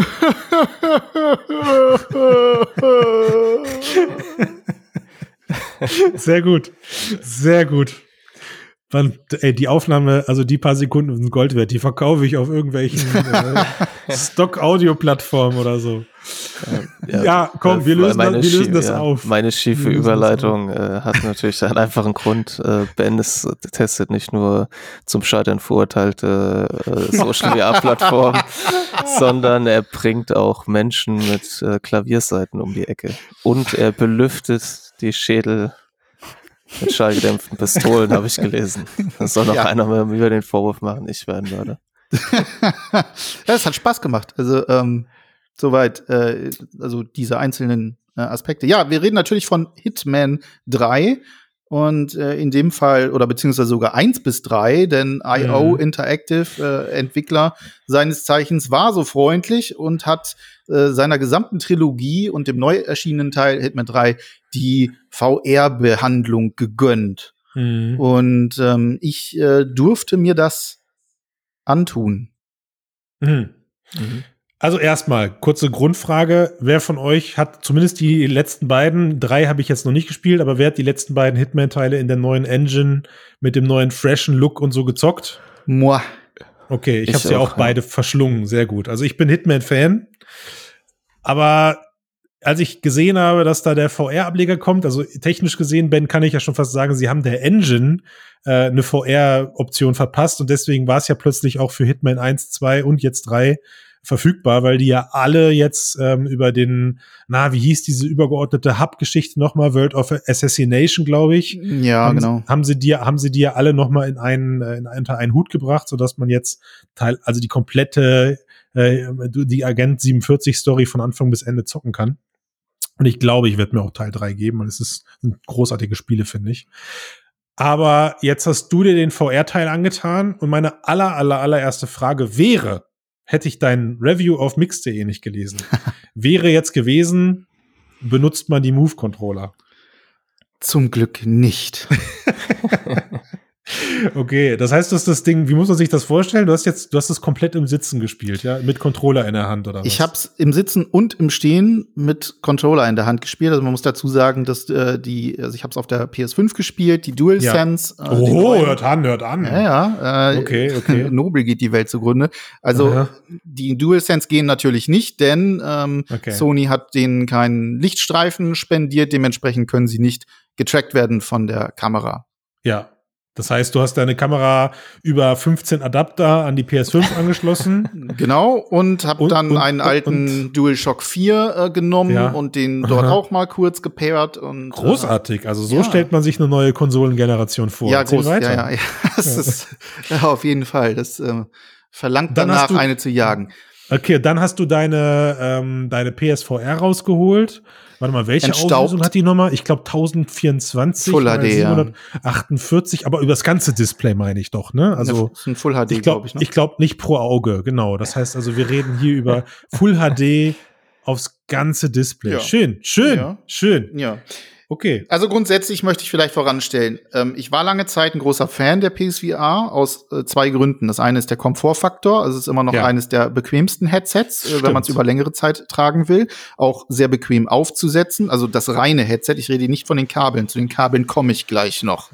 Sehr gut. Sehr gut. Die Aufnahme, also die paar Sekunden sind Gold wert, die verkaufe ich auf irgendwelchen Stock-Audio-Plattformen oder so. Ja, komm, wir lösen das auf. Meine schiefe Überleitung hat natürlich einen einfachen Grund. Ben testet nicht nur zum Scheitern verurteilte Social-VR-Plattformen, sondern er bringt auch Menschen mit Klavierseiten um die Ecke. Und er belüftet die Schädel mit schallgedämpften Pistolen, habe ich gelesen. Das soll noch einer mir über den Vorwurf machen, ich werden würde. Das hat Spaß gemacht. Also soweit, also diese einzelnen Aspekte. Ja, wir reden natürlich von Hitman 3 und in dem Fall, oder beziehungsweise sogar 1 bis 3, denn IO Interactive, Entwickler seines Zeichens, war so freundlich und hat seiner gesamten Trilogie und dem neu erschienenen Teil Hitman 3 die VR-Behandlung gegönnt. Und ich durfte mir das antun. Also erstmal, kurze Grundfrage. Wer von euch hat zumindest die letzten beiden, 3 habe ich jetzt noch nicht gespielt, aber wer hat die letzten beiden Hitman-Teile in der neuen Engine mit dem neuen freshen Look und so gezockt? Moi. Okay, ich habe sie auch beide verschlungen. Sehr gut. Also ich bin Hitman-Fan, aber als ich gesehen habe, dass da der VR-Ableger kommt, also technisch gesehen, Ben, kann ich ja schon fast sagen, sie haben der Engine eine VR-Option verpasst und deswegen war es ja plötzlich auch für Hitman 1, 2 und jetzt 3 verfügbar, weil die ja alle jetzt über den, wie hieß diese übergeordnete Hub-Geschichte nochmal, World of Assassination, glaube ich. Ja, genau. Haben sie die ja alle nochmal unter einen Hut gebracht, sodass man jetzt also die komplette die Agent 47 Story von Anfang bis Ende zocken kann. Und ich glaube, ich werde mir auch Teil 3 geben, und sind großartige Spiele, finde ich. Aber jetzt hast du dir den VR-Teil angetan und meine allererste Frage wäre, hätte ich dein Review auf mix.de nicht gelesen, wäre jetzt gewesen, benutzt man die Move-Controller? Zum Glück nicht. Okay, das heißt, du hast das Ding, wie muss man sich das vorstellen? Du hast es komplett im Sitzen gespielt, ja? Mit Controller in der Hand, oder was? Ich hab's im Sitzen und im Stehen mit Controller in der Hand gespielt. Also man muss dazu sagen, dass ich hab's auf der PS5 gespielt, die DualSense. Ja. Hört an. Ja. Okay. Nobel geht die Welt zugrunde. Also die DualSense gehen natürlich nicht, denn Sony hat denen keinen Lichtstreifen spendiert. Dementsprechend können sie nicht getrackt werden von der Kamera. Ja. Das heißt, du hast deine Kamera über 15 Adapter an die PS5 angeschlossen. Genau, und habe dann einen alten DualShock 4 genommen und den dort auch mal kurz gepairt. Und, großartig, also so stellt man sich eine neue Konsolengeneration vor. Ja, ja. Das ist auf jeden Fall. Das verlangt danach, eine zu jagen. Okay, dann hast du deine PSVR rausgeholt. Warte mal, welche Auflösung hat die nochmal? Ich glaube 1024 Full HD, 748, aber über das ganze Display meine ich doch, ne? Also das ist ein Full HD, glaube ich. Ich glaube nicht pro Auge, genau. Das heißt also, wir reden hier über Full HD aufs ganze Display. Ja. Schön. Ja. Okay. Also grundsätzlich möchte ich vielleicht voranstellen, ich war lange Zeit ein großer Fan der PSVR aus 2 Gründen. Das eine ist der Komfortfaktor, also es ist immer noch eines der bequemsten Headsets, wenn man es über längere Zeit tragen will. Auch sehr bequem aufzusetzen, also das reine Headset, ich rede nicht von den Kabeln, zu den Kabeln komme ich gleich noch.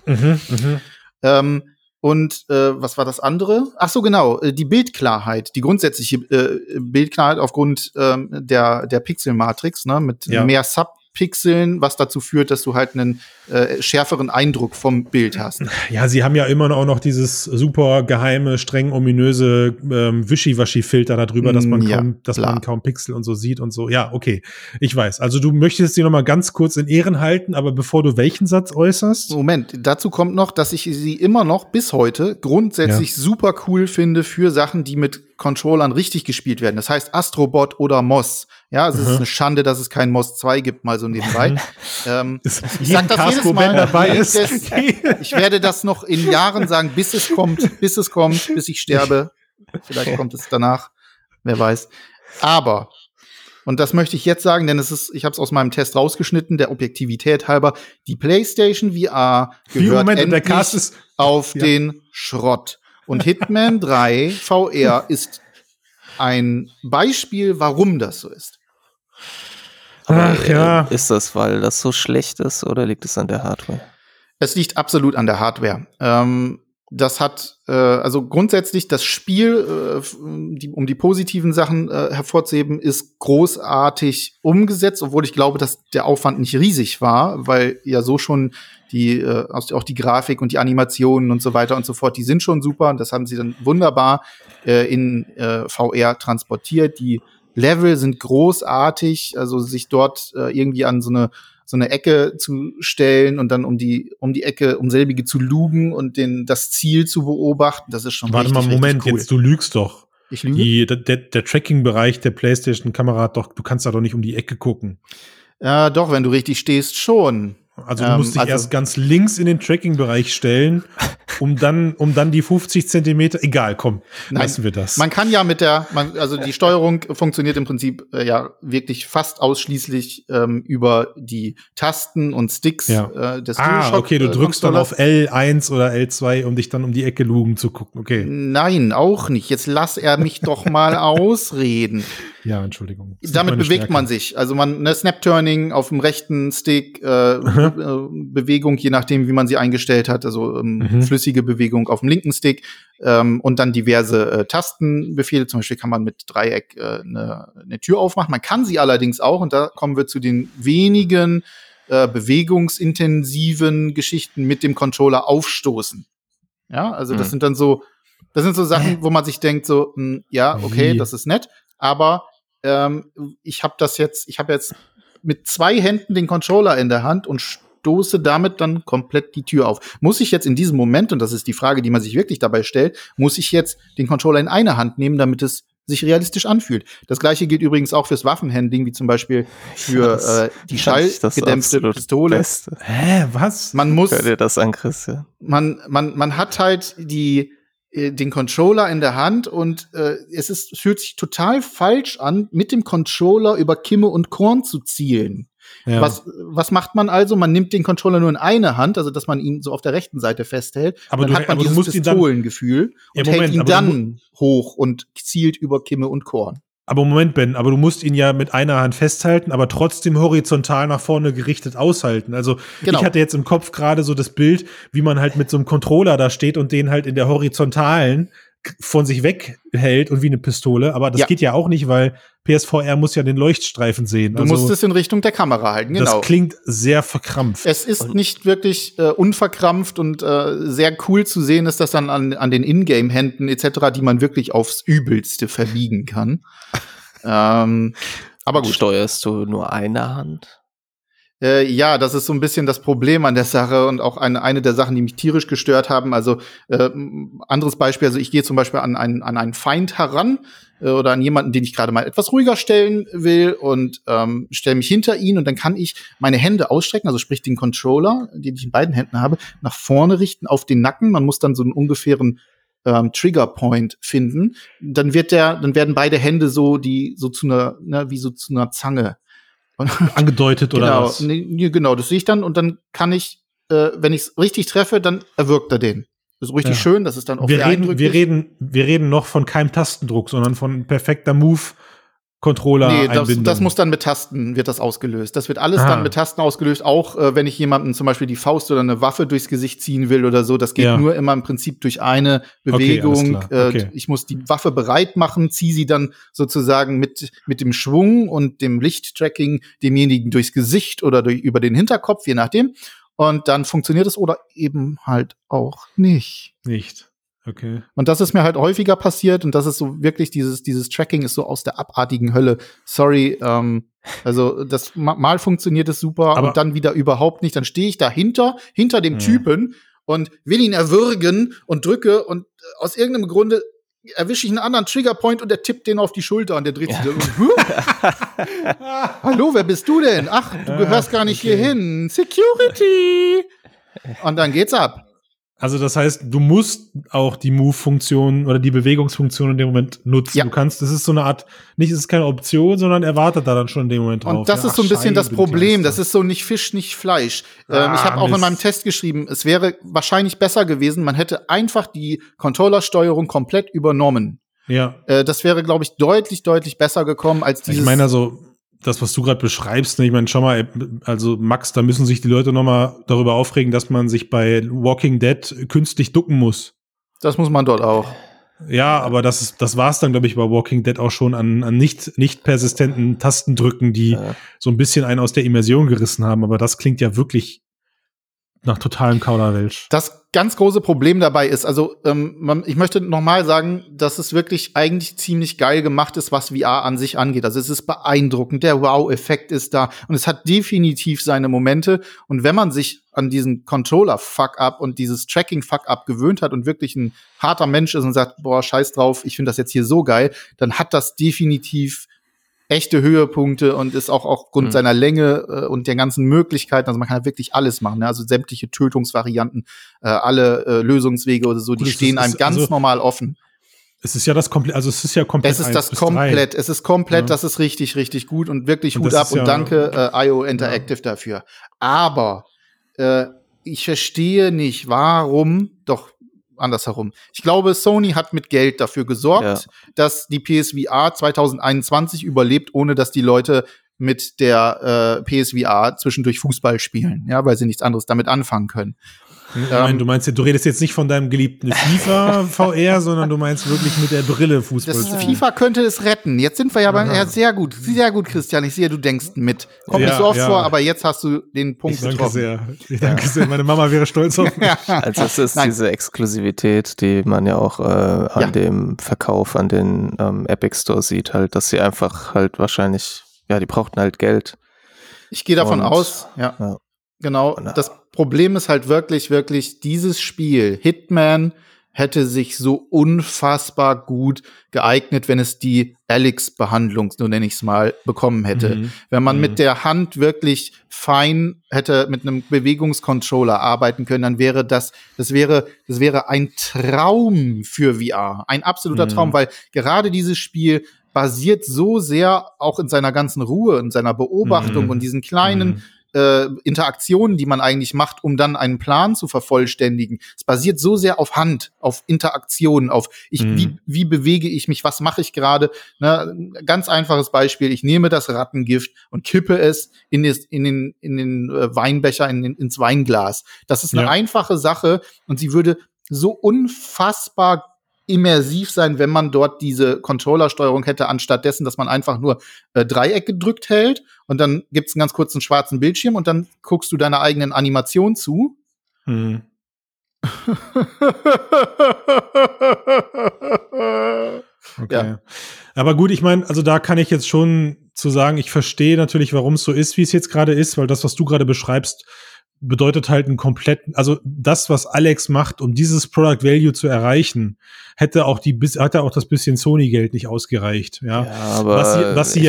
Und was war das andere? Ach so, genau, die Bildklarheit, die grundsätzliche Bildklarheit aufgrund der Pixelmatrix, ne, mit mehr Subpixeln, was dazu führt, dass du halt einen schärferen Eindruck vom Bild hast. Ja, sie haben ja immer auch noch dieses super geheime, streng ominöse Wischiwaschi-Filter da drüber, dass man kaum Pixel und so sieht und so. Ja, okay, ich weiß. Also du möchtest sie noch mal ganz kurz in Ehren halten, aber bevor du welchen Satz äußerst? Moment, dazu kommt noch, dass ich sie immer noch bis heute grundsätzlich super cool finde für Sachen, die mit Controllern richtig gespielt werden. Das heißt Astrobot oder Moss. Ja, es ist eine Schande, dass es keinen Moss 2 gibt, mal so nebenbei. Ich sag das jedes Mal, dabei ist. Ich werde das noch in Jahren sagen, bis es kommt, bis ich sterbe. Vielleicht kommt es danach, wer weiß. Aber, und das möchte ich jetzt sagen, denn ich habe es aus meinem Test rausgeschnitten, der Objektivität halber, die PlayStation VR gehört endlich auf den Schrott. Und Hitman 3 VR ist ein Beispiel, warum das so ist. Aber ist das, weil das so schlecht ist, oder liegt es an der Hardware? Es liegt absolut an der Hardware. Das hat, also grundsätzlich das Spiel, um die positiven Sachen hervorzuheben, ist großartig umgesetzt, obwohl ich glaube, dass der Aufwand nicht riesig war, weil ja so schon auch die Grafik und die Animationen und so weiter und so fort, die sind schon super und das haben sie dann wunderbar in VR transportiert. Die Level sind großartig, also sich dort irgendwie an so eine Ecke zu stellen und dann um die Ecke, um selbige zu lugen und das Ziel zu beobachten, das ist schon richtig, Warte mal, Moment, cool. Jetzt du lügst doch. Ich lüge? Der Tracking-Bereich der PlayStation-Kamera du kannst da doch nicht um die Ecke gucken. Ja, doch, wenn du richtig stehst, schon. Also du musst dich erst ganz links in den Tracking-Bereich stellen, um dann die 50 Zentimeter, egal, komm, lassen wir das. Man kann ja also die Steuerung funktioniert im Prinzip wirklich fast ausschließlich über die Tasten und Sticks des DualShock. Okay, du drückst dann auf L1 oder L2, um dich dann um die Ecke lugen zu gucken, okay. Nein, auch nicht. Jetzt lass er mich doch mal ausreden. Ja, Entschuldigung. Damit bewegt man sich. Also Snap-Turning auf dem rechten Stick, Bewegung, je nachdem, wie man sie eingestellt hat, also flüssige Bewegung auf dem linken Stick und dann diverse Tastenbefehle. Zum Beispiel kann man mit Dreieck eine Tür aufmachen. Man kann sie allerdings auch, und da kommen wir zu den wenigen bewegungsintensiven Geschichten, mit dem Controller aufstoßen. Ja, also das sind so Sachen, wo man sich denkt so, ja, okay, das ist nett, aber ich habe jetzt mit 2 Händen den Controller in der Hand und stoße damit dann komplett die Tür auf. Muss ich jetzt in diesem Moment, und das ist die Frage, die man sich wirklich dabei stellt, muss ich jetzt den Controller in eine Hand nehmen, damit es sich realistisch anfühlt? Das Gleiche gilt übrigens auch fürs Waffenhandling, wie zum Beispiel für die schallgedämpfte Pistole. Beste. Hä, was? Man muss, Hör dir das an, Christian. man hat halt den Controller in der Hand und es fühlt sich total falsch an, mit dem Controller über Kimme und Korn zu zielen. Ja. Was macht man also? Man nimmt den Controller nur in eine Hand, also dass man ihn so auf der rechten Seite festhält. Aber dann hat man dieses Pistolengefühl und hält ihn dann hoch und zielt über Kimme und Korn. Aber Moment, Ben, aber du musst ihn ja mit einer Hand festhalten, aber trotzdem horizontal nach vorne gerichtet aushalten. Also Ich hatte jetzt im Kopf gerade so das Bild, wie man halt mit so einem Controller da steht und den halt in der horizontalen von sich weghält und wie eine Pistole. Aber das geht ja auch nicht, weil PSVR muss ja den Leuchtstreifen sehen. Du musst es in Richtung der Kamera halten, genau. Das klingt sehr verkrampft. Es ist nicht wirklich unverkrampft und sehr cool zu sehen ist das dann an den Ingame-Händen etc., die man wirklich aufs Übelste verbiegen kann. Aber gut. Steuerst du nur eine Hand? Ja, das ist so ein bisschen das Problem an der Sache und auch eine der Sachen, die mich tierisch gestört haben. Also anderes Beispiel, also ich gehe zum Beispiel an einen Feind heran oder an jemanden, den ich gerade mal etwas ruhiger stellen will und stelle mich hinter ihn und dann kann ich meine Hände ausstrecken, also sprich den Controller, den ich in beiden Händen habe, nach vorne richten auf den Nacken. Man muss dann so einen ungefähren Trigger Point finden. Dann werden beide Hände wie so zu einer Zange angedeutet oder was? Genau, das sehe ich dann und dann kann ich, wenn ich es richtig treffe, dann erwürgt er den. Das ist richtig schön, das ist dann auch sehr eindrücklich. Wir reden noch von keinem Tastendruck, sondern von perfekter Move-Controller einbindung. Das muss dann mit Tasten, wird das ausgelöst. Das wird alles dann mit Tasten ausgelöst, auch wenn ich jemandem zum Beispiel die Faust oder eine Waffe durchs Gesicht ziehen will oder so. Das geht nur immer im Prinzip durch eine Bewegung. Okay. Ich muss die Waffe bereit machen, ziehe sie dann sozusagen mit dem Schwung und dem Lichttracking demjenigen durchs Gesicht oder über den Hinterkopf, je nachdem. Und dann funktioniert es oder eben halt auch nicht. Okay. Und das ist mir halt häufiger passiert und das ist so wirklich dieses Tracking ist so aus der abartigen Hölle. Sorry, also das mal funktioniert es super und dann wieder überhaupt nicht. Dann stehe ich dahinter, hinter dem Typen und will ihn erwürgen und drücke und aus irgendeinem Grunde erwische ich einen anderen Triggerpoint und der tippt den auf die Schulter und der dreht sich so. Hallo, wer bist du denn? Ach, du gehörst gar nicht hierhin. Security! Und dann geht's ab. Also das heißt, du musst auch die Move-Funktion oder die Bewegungsfunktion in dem Moment nutzen. Du kannst, das ist so eine Art, es ist keine Option, sondern er wartet da dann schon in dem Moment drauf. Und das ist so ein bisschen das Problem. Das ist so nicht Fisch, nicht Fleisch. Ich habe auch in meinem Test geschrieben, es wäre wahrscheinlich besser gewesen, man hätte einfach die Controllersteuerung komplett übernommen. Ja. Das wäre, glaube ich, deutlich, deutlich besser gekommen als dieses. Ich meine also, das, was du gerade beschreibst, ich meine, schau mal, also Max, da müssen sich die Leute noch mal darüber aufregen, dass man sich bei Walking Dead künstlich ducken muss. Das muss man dort auch. Ja, aber das war's dann, glaube ich, bei Walking Dead auch schon an nicht persistenten Tastendrücken, die so ein bisschen einen aus der Immersion gerissen haben. Aber das klingt ja wirklich nach totalem Kauderwelsch. Das ganz große Problem dabei ist, also ich möchte noch mal sagen, dass es wirklich eigentlich ziemlich geil gemacht ist, was VR an sich angeht. Also es ist beeindruckend, der Wow-Effekt ist da und es hat definitiv seine Momente. Und wenn man sich an diesen Controller-Fuck-Up und dieses Tracking-Fuck-Up gewöhnt hat und wirklich ein harter Mensch ist und sagt, boah, scheiß drauf, ich finde das jetzt hier so geil, dann hat das definitiv echte Höhepunkte und ist auch aufgrund seiner Länge und der ganzen Möglichkeiten, also man kann ja wirklich alles machen, ne? Also sämtliche Tötungsvarianten, alle Lösungswege oder so, die stehen einem ganz normal offen. Es ist ja komplett. Es ist komplett, das ist richtig, richtig gut und wirklich Hut ab und danke IO Interactive dafür. Aber ich verstehe nicht, warum, andersherum. Ich glaube, Sony hat mit Geld dafür gesorgt, dass die PSVR 2021 überlebt, ohne dass die Leute mit der PSVR zwischendurch Fußball spielen, ja, weil sie nichts anderes damit anfangen können. Du redest jetzt nicht von deinem geliebten FIFA VR, sondern du meinst wirklich mit der Brille Fußball. FIFA könnte es retten. Jetzt sind wir ja sehr gut, Christian. Ich sehe, du denkst mit. Kommt nicht so oft vor, aber jetzt hast du den Punkt getroffen. Ich danke sehr. Meine Mama wäre stolz auf mich. Also es ist diese Exklusivität, die man ja auch an dem Verkauf an den Epic Store sieht, halt, dass sie einfach halt wahrscheinlich, die brauchten halt Geld. Ich gehe davon aus, genau. Das Problem ist halt wirklich, dieses Spiel, Hitman, hätte sich so unfassbar gut geeignet, wenn es die Alyx-Behandlung, so nenne ich es mal, bekommen hätte. Wenn man mit der Hand wirklich fein hätte mit einem Bewegungscontroller arbeiten können, dann wäre das wäre ein Traum für VR. Ein absoluter Traum, weil gerade dieses Spiel basiert so sehr auch in seiner ganzen Ruhe, in seiner Beobachtung und diesen kleinen Interaktionen, die man eigentlich macht, um dann einen Plan zu vervollständigen. Es basiert so sehr auf Hand, auf Interaktionen, auf wie bewege ich mich, was mache ich gerade. Ne? Ganz einfaches Beispiel, ich nehme das Rattengift und kippe es in den Weinbecher, ins Weinglas. Das ist eine einfache Sache und sie würde so unfassbar immersiv sein, wenn man dort diese Controllersteuerung hätte, anstatt dessen, dass man einfach nur Dreieck gedrückt hält und dann gibt's einen ganz kurzen schwarzen Bildschirm und dann guckst du deiner eigenen Animation zu. Okay. Ja. Aber gut, ich meine, also da kann ich jetzt schon zu sagen, ich verstehe natürlich, warum es so ist, wie es jetzt gerade ist, weil das, was du gerade beschreibst, bedeutet halt einen kompletten, also das, was Alex macht, um dieses Product Value zu erreichen, hätte auch das bisschen Sony-Geld nicht ausgereicht. Ja, aber was sie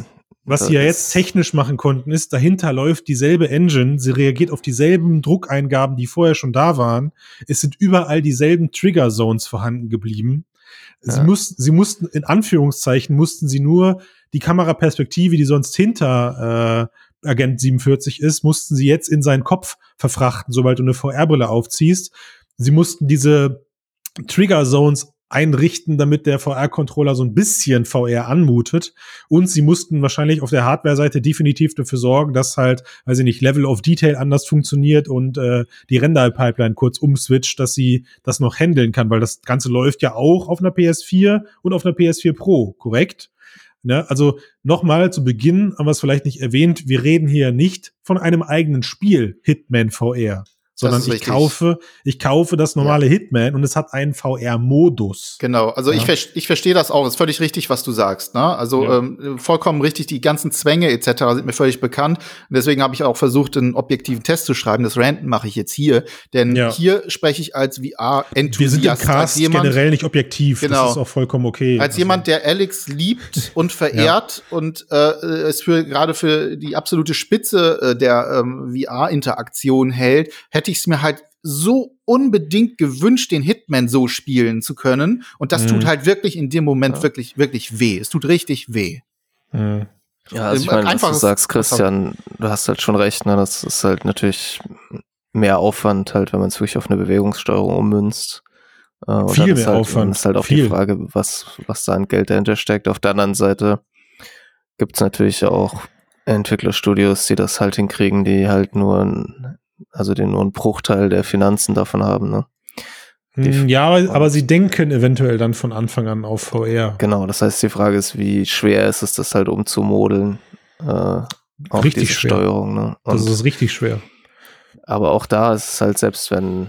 jetzt technisch machen konnten, ist, dahinter läuft dieselbe Engine, sie reagiert auf dieselben Druckeingaben, die vorher schon da waren. Es sind überall dieselben Trigger-Zones vorhanden geblieben. Sie mussten, in Anführungszeichen, nur die Kameraperspektive, die sonst hinter Agent 47 ist, mussten sie jetzt in seinen Kopf verfrachten, sobald du eine VR-Brille aufziehst. Sie mussten diese Trigger-Zones einrichten, damit der VR-Controller so ein bisschen VR anmutet. Und sie mussten wahrscheinlich auf der Hardware-Seite definitiv dafür sorgen, dass halt, weiß ich nicht, Level of Detail anders funktioniert und die Render-Pipeline kurz umswitcht, dass sie das noch handeln kann, weil das Ganze läuft ja auch auf einer PS4 und auf einer PS4 Pro, korrekt? Ne? Also nochmal zu Beginn haben wir es vielleicht nicht erwähnt, wir reden hier nicht von einem eigenen Spiel, Hitman VR, sondern ich kaufe das normale Hitman und es hat einen VR-Modus. Genau, also ich verstehe das auch, ist völlig richtig, was du sagst. Ne? Also vollkommen richtig, die ganzen Zwänge etc. sind mir völlig bekannt. Und deswegen habe ich auch versucht, einen objektiven Test zu schreiben. Das Ranten mache ich jetzt hier, denn hier spreche ich als VR-Enthusiast. Wir sind im Cast generell nicht objektiv, genau. Das ist auch vollkommen okay. Als jemand, der Alyx liebt und verehrt und es gerade für die absolute Spitze der VR-Interaktion hält, hätte ich es mir halt so unbedingt gewünscht, den Hitman so spielen zu können. Und das tut halt wirklich in dem Moment wirklich, wirklich weh. Es tut richtig weh. Ja, also ich meine, was du sagst, Christian, du hast halt schon recht, ne? Das ist halt natürlich mehr Aufwand, halt, wenn man es wirklich auf eine Bewegungssteuerung ummünzt. Viel mehr Aufwand. Das ist halt auch die Frage, was da an Geld dahinter steckt. Auf der anderen Seite gibt es natürlich auch Entwicklerstudios, die das halt hinkriegen, die halt nur einen Bruchteil der Finanzen davon haben, ne? Aber sie denken eventuell dann von Anfang an auf VR. Genau, das heißt, die Frage ist, wie schwer ist es, das halt umzumodeln auf richtig diese schwer. Steuerung, ne? Und das ist richtig schwer. Aber auch da ist es halt, selbst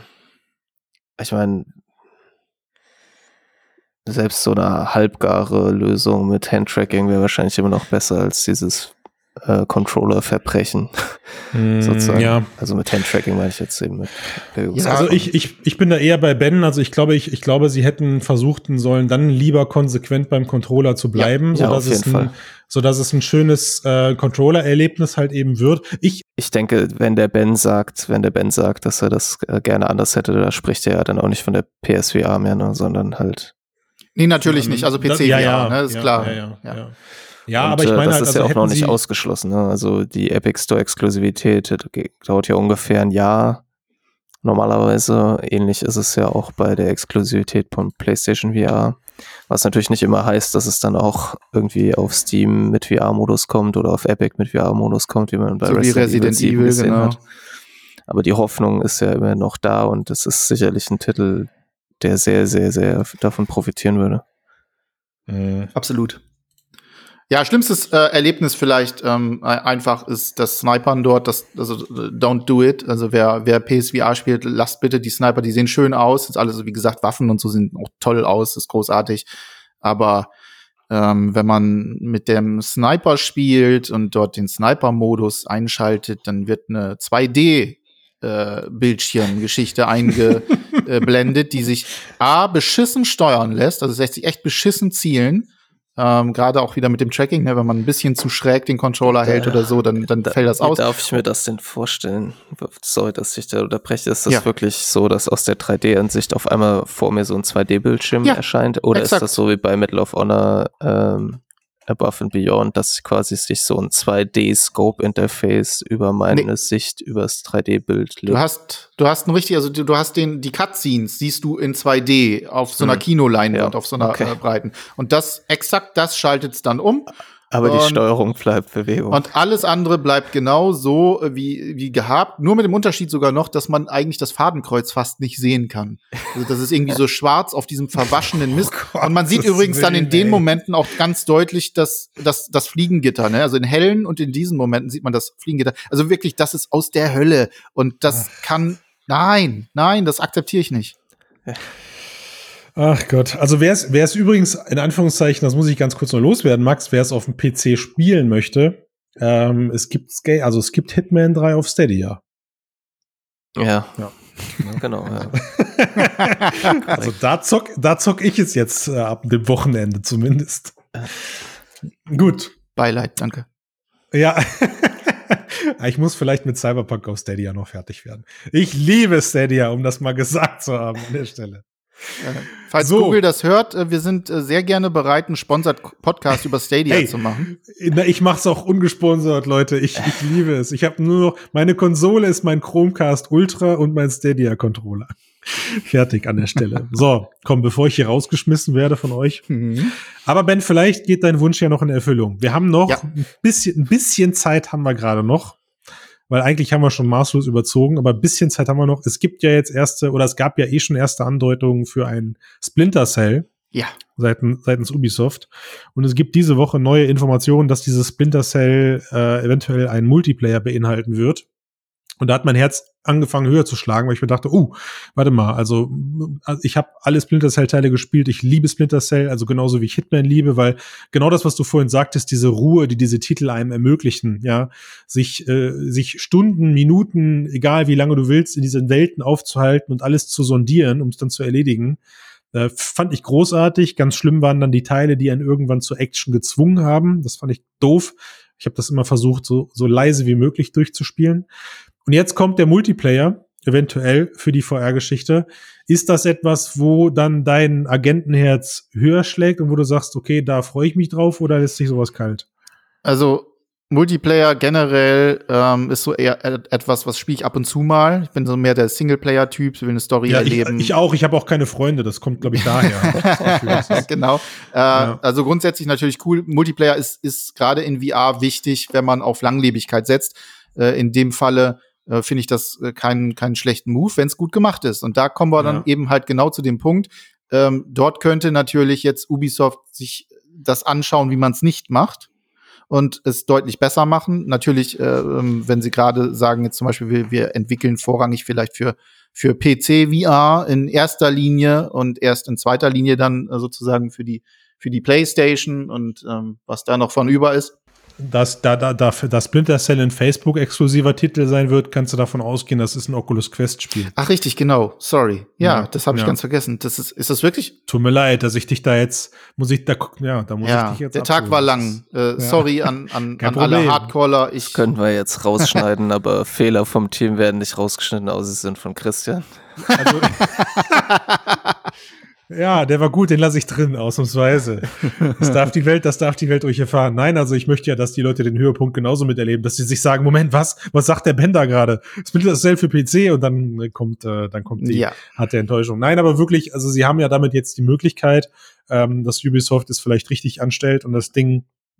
so eine halbgare Lösung mit Handtracking wäre wahrscheinlich immer noch besser als dieses Controller-Verbrechen. Sozusagen. Ja. Also mit Handtracking meine ich jetzt eben mit Also ich bin da eher bei Ben. Also ich glaube, sie hätten versuchen sollen, dann lieber konsequent beim Controller zu bleiben, sodass es ein schönes Controller-Erlebnis halt eben wird. Ich denke, wenn der Ben sagt, dass er das gerne anders hätte, da spricht er ja dann auch nicht von der PSVR mehr, ne, sondern halt. Nee, natürlich nicht. Also PC-VR, ne, ist klar. Ja, und, aber ich meine das halt, ist ja auch noch nicht ausgeschlossen. Ne? Also die Epic Store Exklusivität dauert ja ungefähr ein Jahr. normalerweise. Ähnlich ist es ja auch bei der Exklusivität von PlayStation VR. Was natürlich nicht immer heißt, dass es dann auch irgendwie auf Steam mit VR-Modus kommt oder auf Epic mit VR-Modus kommt, wie man bei So wie Resident Evil gesehen genau. hat. Aber die Hoffnung ist ja immer noch da und es ist sicherlich ein Titel, der sehr, sehr, sehr davon profitieren würde. Absolut. Ja, schlimmstes Erlebnis vielleicht einfach ist das Snipern dort, also don't do it. Also wer PSVR spielt, lasst bitte die Sniper, die sehen schön aus. Jetzt alles, wie gesagt, Waffen und so sehen auch toll aus, ist großartig. Aber wenn man mit dem Sniper spielt und dort den Sniper-Modus einschaltet, dann wird eine 2D Bildschirmgeschichte eingeblendet, die sich beschissen steuern lässt, also es lässt sich echt beschissen zielen. Gerade auch wieder mit dem Tracking, ne, wenn man ein bisschen zu schräg den Controller hält oder so, dann fällt das aus. Wie darf ich mir das denn vorstellen? Sorry, dass ich da unterbreche. Ist das wirklich so, dass aus der 3D-Ansicht auf einmal vor mir so ein 2D-Bildschirm erscheint? Oder exakt. Ist das so wie bei Medal of Honor Above and Beyond, dass quasi sich so ein 2D-Scope-Interface über meine Sicht, übers 3D-Bild legt? Du hast ein richtig, also du hast die Cutscenes, siehst du in 2D auf so einer Kinoleinwand, auf so einer breiten. Und exakt das schaltet es dann um. Aber die Steuerung bleibt Bewegung. Und alles andere bleibt genau so wie gehabt. Nur mit dem Unterschied sogar noch, dass man eigentlich das Fadenkreuz fast nicht sehen kann. Also das ist irgendwie so schwarz auf diesem verwaschenen Mist. Und man sieht übrigens dann in den Momenten auch ganz deutlich das Fliegengitter. Ne? Also in hellen und in diesen Momenten sieht man das Fliegengitter. Also wirklich, das ist aus der Hölle. Und das nein, das akzeptiere ich nicht. Ach Gott, also wer es übrigens, in Anführungszeichen, das muss ich ganz kurz noch loswerden, Max, wer es auf dem PC spielen möchte, es gibt Hitman 3 auf Stadia. Ja. Genau. Ja. Also da zock ich es jetzt ab dem Wochenende zumindest. Gut. Beileid, danke. Ja. Ich muss vielleicht mit Cyberpunk auf Stadia noch fertig werden. Ich liebe Stadia, um das mal gesagt zu haben an der Stelle. Falls Google das hört, wir sind sehr gerne bereit, einen Sponsored-Podcast über Stadia zu machen. Ich mach's auch ungesponsert, Leute. Ich liebe es. Ich habe nur noch, meine Konsole ist mein Chromecast Ultra und mein Stadia-Controller. Fertig an der Stelle. So, komm, bevor ich hier rausgeschmissen werde von euch. Aber Ben, vielleicht geht dein Wunsch ja noch in Erfüllung. Wir haben noch ein bisschen Zeit haben wir gerade noch. Weil eigentlich haben wir schon maßlos überzogen, aber ein bisschen Zeit haben wir noch. Es gibt ja jetzt es gab ja schon erste Andeutungen für ein Splinter Cell. Ja. Seitens Ubisoft. Und es gibt diese Woche neue Informationen, dass dieses Splinter Cell eventuell einen Multiplayer beinhalten wird. Und da hat mein Herz angefangen höher zu schlagen, weil ich mir dachte, warte mal, also ich habe alle Splinter Cell-Teile gespielt, ich liebe Splinter Cell, also genauso wie ich Hitman liebe, weil genau das, was du vorhin sagtest, diese Ruhe, die diese Titel einem ermöglichen, ja, sich Stunden, Minuten, egal wie lange du willst, in diesen Welten aufzuhalten und alles zu sondieren, um es dann zu erledigen, fand ich großartig. Ganz schlimm waren dann die Teile, die einen irgendwann zur Action gezwungen haben. Das fand ich doof. Ich habe das immer versucht, so leise wie möglich durchzuspielen. Und jetzt kommt der Multiplayer, eventuell für die VR-Geschichte. Ist das etwas, wo dann dein Agentenherz höher schlägt und wo du sagst, okay, da freue ich mich drauf, oder lässt sich sowas kalt? Also Multiplayer generell ist so eher etwas, was spiele ich ab und zu mal. Ich bin so mehr der Singleplayer-Typ, will eine Story erleben. Ich auch. Ich habe auch keine Freunde. Das kommt, glaube ich, daher. Genau. Also grundsätzlich natürlich cool. Multiplayer ist gerade in VR wichtig, wenn man auf Langlebigkeit setzt. In dem Falle finde ich das keinen schlechten Move, wenn es gut gemacht ist. Und da kommen wir dann eben halt genau zu dem Punkt. Dort könnte natürlich jetzt Ubisoft sich das anschauen, wie man es nicht macht. Und es deutlich besser machen. Natürlich, wenn sie gerade sagen, jetzt zum Beispiel, wir entwickeln vorrangig vielleicht für PC VR in erster Linie und erst in zweiter Linie dann sozusagen für die PlayStation und was da noch von über ist. Dass Splinter Cell ein Facebook-exklusiver Titel sein wird, kannst du davon ausgehen, das ist ein Oculus Quest-Spiel. Ach, richtig, genau. Sorry. Ja, das habe ich ganz vergessen. Ist das wirklich? Tut mir leid, dass ich dich da jetzt, da muss ich dich jetzt der Tag war lang. Sorry an alle Hardcaller. Das können wir jetzt rausschneiden, aber Fehler vom Team werden nicht rausgeschnitten, außer sie sind von Christian. Also Ja, der war gut, den lasse ich drin, ausnahmsweise. Das darf die Welt ruhig erfahren. Nein, also ich möchte ja, dass die Leute den Höhepunkt genauso miterleben, dass sie sich sagen, Moment, was sagt der Ben da gerade? Splinter Cell für PC und dann kommt die harte Enttäuschung. Nein, aber wirklich, also sie haben ja damit jetzt die Möglichkeit, dass Ubisoft es vielleicht richtig anstellt und das Ding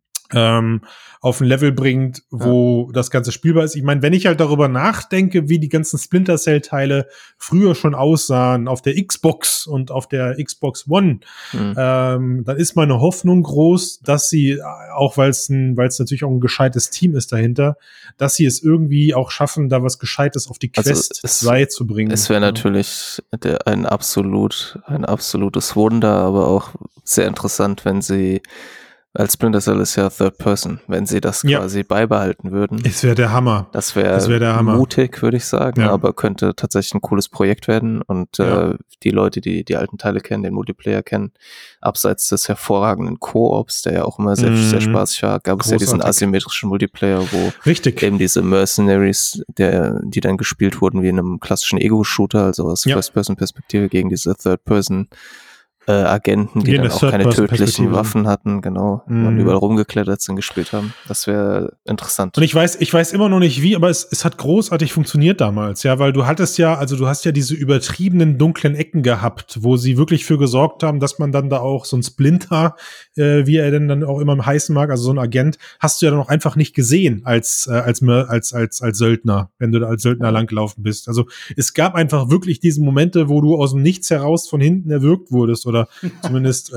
auf ein Level bringt, wo das Ganze spielbar ist. Ich meine, wenn ich halt darüber nachdenke, wie die ganzen Splinter Cell-Teile früher schon aussahen auf der Xbox und auf der Xbox One, dann ist meine Hoffnung groß, dass sie, auch weil es natürlich auch ein gescheites Team ist dahinter, dass sie es irgendwie auch schaffen, da was Gescheites auf die Quest 2 zu bringen. Es wäre natürlich ein absolutes Wunder, aber auch sehr interessant, wenn sie als Splinter Cell ist ja Third Person, wenn sie das quasi beibehalten würden. Es wäre der Hammer. Das wäre mutig, würde ich sagen, aber könnte tatsächlich ein cooles Projekt werden und die Leute, die alten Teile kennen, den Multiplayer kennen, abseits des hervorragenden Koops, der ja auch immer sehr, sehr spaßig war, gab es ja diesen asymmetrischen Multiplayer, wo eben diese Mercenaries, die dann gespielt wurden wie in einem klassischen Ego-Shooter, also aus First-Person-Perspektive gegen diese Third-Person Agenten, die dann auch keine tödlichen Waffen hatten, genau, und überall rumgeklettert sind, gespielt haben. Das wäre interessant. Und ich weiß immer noch nicht wie, aber es hat großartig funktioniert damals, ja, weil du hast ja diese übertriebenen dunklen Ecken gehabt, wo sie wirklich für gesorgt haben, dass man dann da auch so ein Splinter, wie er denn dann auch immer heißen mag, also so ein Agent, hast du ja dann auch einfach nicht gesehen als Söldner, wenn du da als Söldner langgelaufen bist. Also es gab einfach wirklich diese Momente, wo du aus dem Nichts heraus von hinten erwürgt wurdest oder zumindest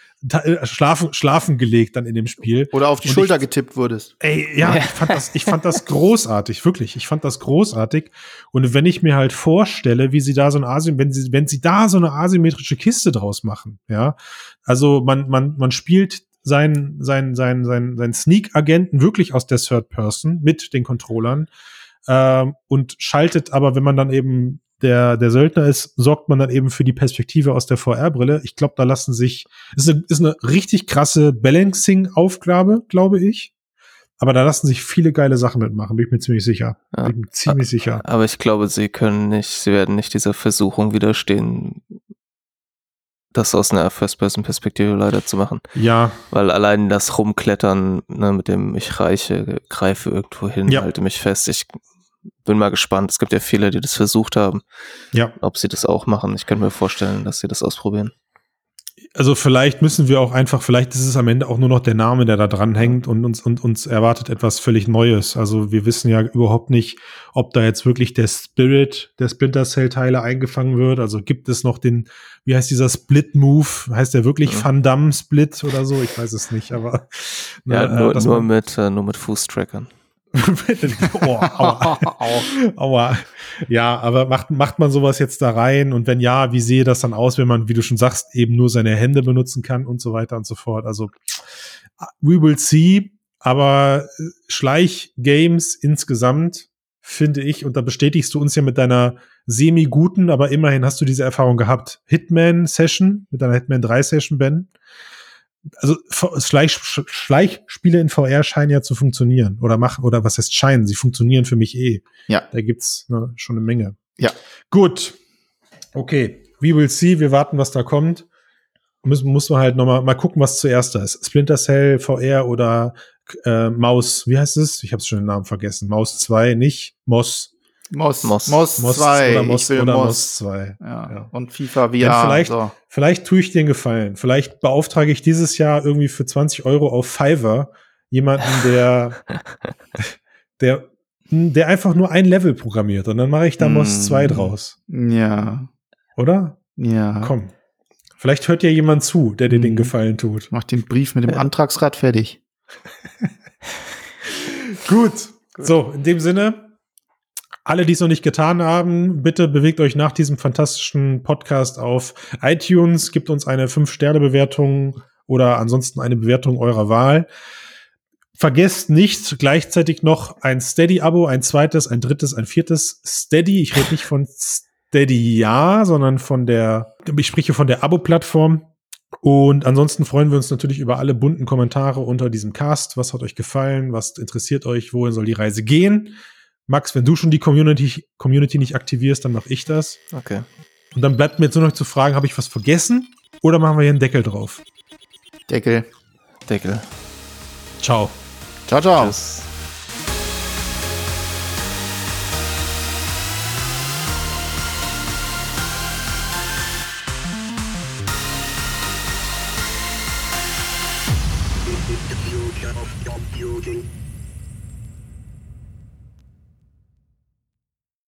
schlafen gelegt dann in dem Spiel. Oder auf die Schulter getippt wurdest. Ey, ja, ich fand das großartig, wirklich. Ich fand das großartig. Und wenn ich mir halt vorstelle, wie sie da wenn sie da so eine asymmetrische Kiste draus machen, ja, also man spielt seinen Sneak-Agenten wirklich aus der Third Person mit den Controllern und schaltet aber, wenn man dann eben der Söldner ist, sorgt man dann eben für die Perspektive aus der VR-Brille. Ich glaube, da ist eine richtig krasse Balancing-Aufgabe, glaube ich. Aber da lassen sich viele geile Sachen mitmachen, bin ich mir ziemlich sicher. Ja. Bin mir ziemlich sicher. Aber ich glaube, sie werden nicht dieser Versuchung widerstehen, das aus einer First-Person-Perspektive leider zu machen. Ja. Weil allein das Rumklettern, ne, mit dem ich greife irgendwo hin, halte mich fest, ich bin mal gespannt. Es gibt ja viele, die das versucht haben. Ja. Ob sie das auch machen. Ich kann mir vorstellen, dass sie das ausprobieren. Also vielleicht ist es am Ende auch nur noch der Name, der da dran hängt und uns erwartet etwas völlig Neues. Also wir wissen ja überhaupt nicht, ob da jetzt wirklich der Spirit der Splinter Cell Teile eingefangen wird. Also gibt es noch wie heißt dieser Split Move? Heißt der wirklich Van Damme Split oder so? Ich weiß es nicht, aber nur mit Fußtrackern. Aua. Ja, aber macht man sowas jetzt da rein? Und wenn ja, wie sehe das dann aus, wenn man, wie du schon sagst, eben nur seine Hände benutzen kann und so weiter und so fort? Also, we will see. Aber Schleichgames insgesamt, finde ich, und da bestätigst du uns ja mit deiner semi-guten, aber immerhin hast du diese Erfahrung gehabt. Hitman-Session, mit deiner Hitman 3-Session, Ben. Also Schleichspiele in VR scheinen ja zu funktionieren oder was heißt scheinen, sie funktionieren für mich eh. Ja. Da gibt's schon eine Menge. Ja. Gut. Okay, we will see, wir warten, was da kommt. Muss man halt mal gucken, was zuerst da ist. Splinter Cell VR oder Maus, wie heißt es? Ich habe schon den Namen vergessen. Maus 2, nicht Moss 2. Oder Moss 2. Ja. Und FIFA VR. Vielleicht tue ich dir einen Gefallen. Vielleicht beauftrage ich dieses Jahr irgendwie für 20 € auf Fiverr jemanden, der einfach nur ein Level programmiert. Und dann mache ich da Moss 2 draus. Ja. Oder? Ja. Komm. Vielleicht hört ja jemand zu, der dir den Gefallen tut. Mach den Brief mit dem Antragsrad fertig. Gut. So, in dem Sinne, alle, die es noch nicht getan haben, bitte bewegt euch nach diesem fantastischen Podcast auf iTunes, gebt uns eine 5-Sterne-Bewertung oder ansonsten eine Bewertung eurer Wahl. Vergesst nicht gleichzeitig noch ein Steady-Abo, ein zweites, ein drittes, ein viertes Steady. Ich rede nicht von Steady, sondern ich spreche von der Abo-Plattform. Und ansonsten freuen wir uns natürlich über alle bunten Kommentare unter diesem Cast. Was hat euch gefallen? Was interessiert euch? Wohin soll die Reise gehen? Max, wenn du schon die Community nicht aktivierst, dann mache ich das. Okay. Und dann bleibt mir jetzt nur noch zu fragen, habe ich was vergessen? oder machen wir hier einen Deckel drauf? Deckel. Ciao. Ciao, ciao. Tschüss. Future of computing.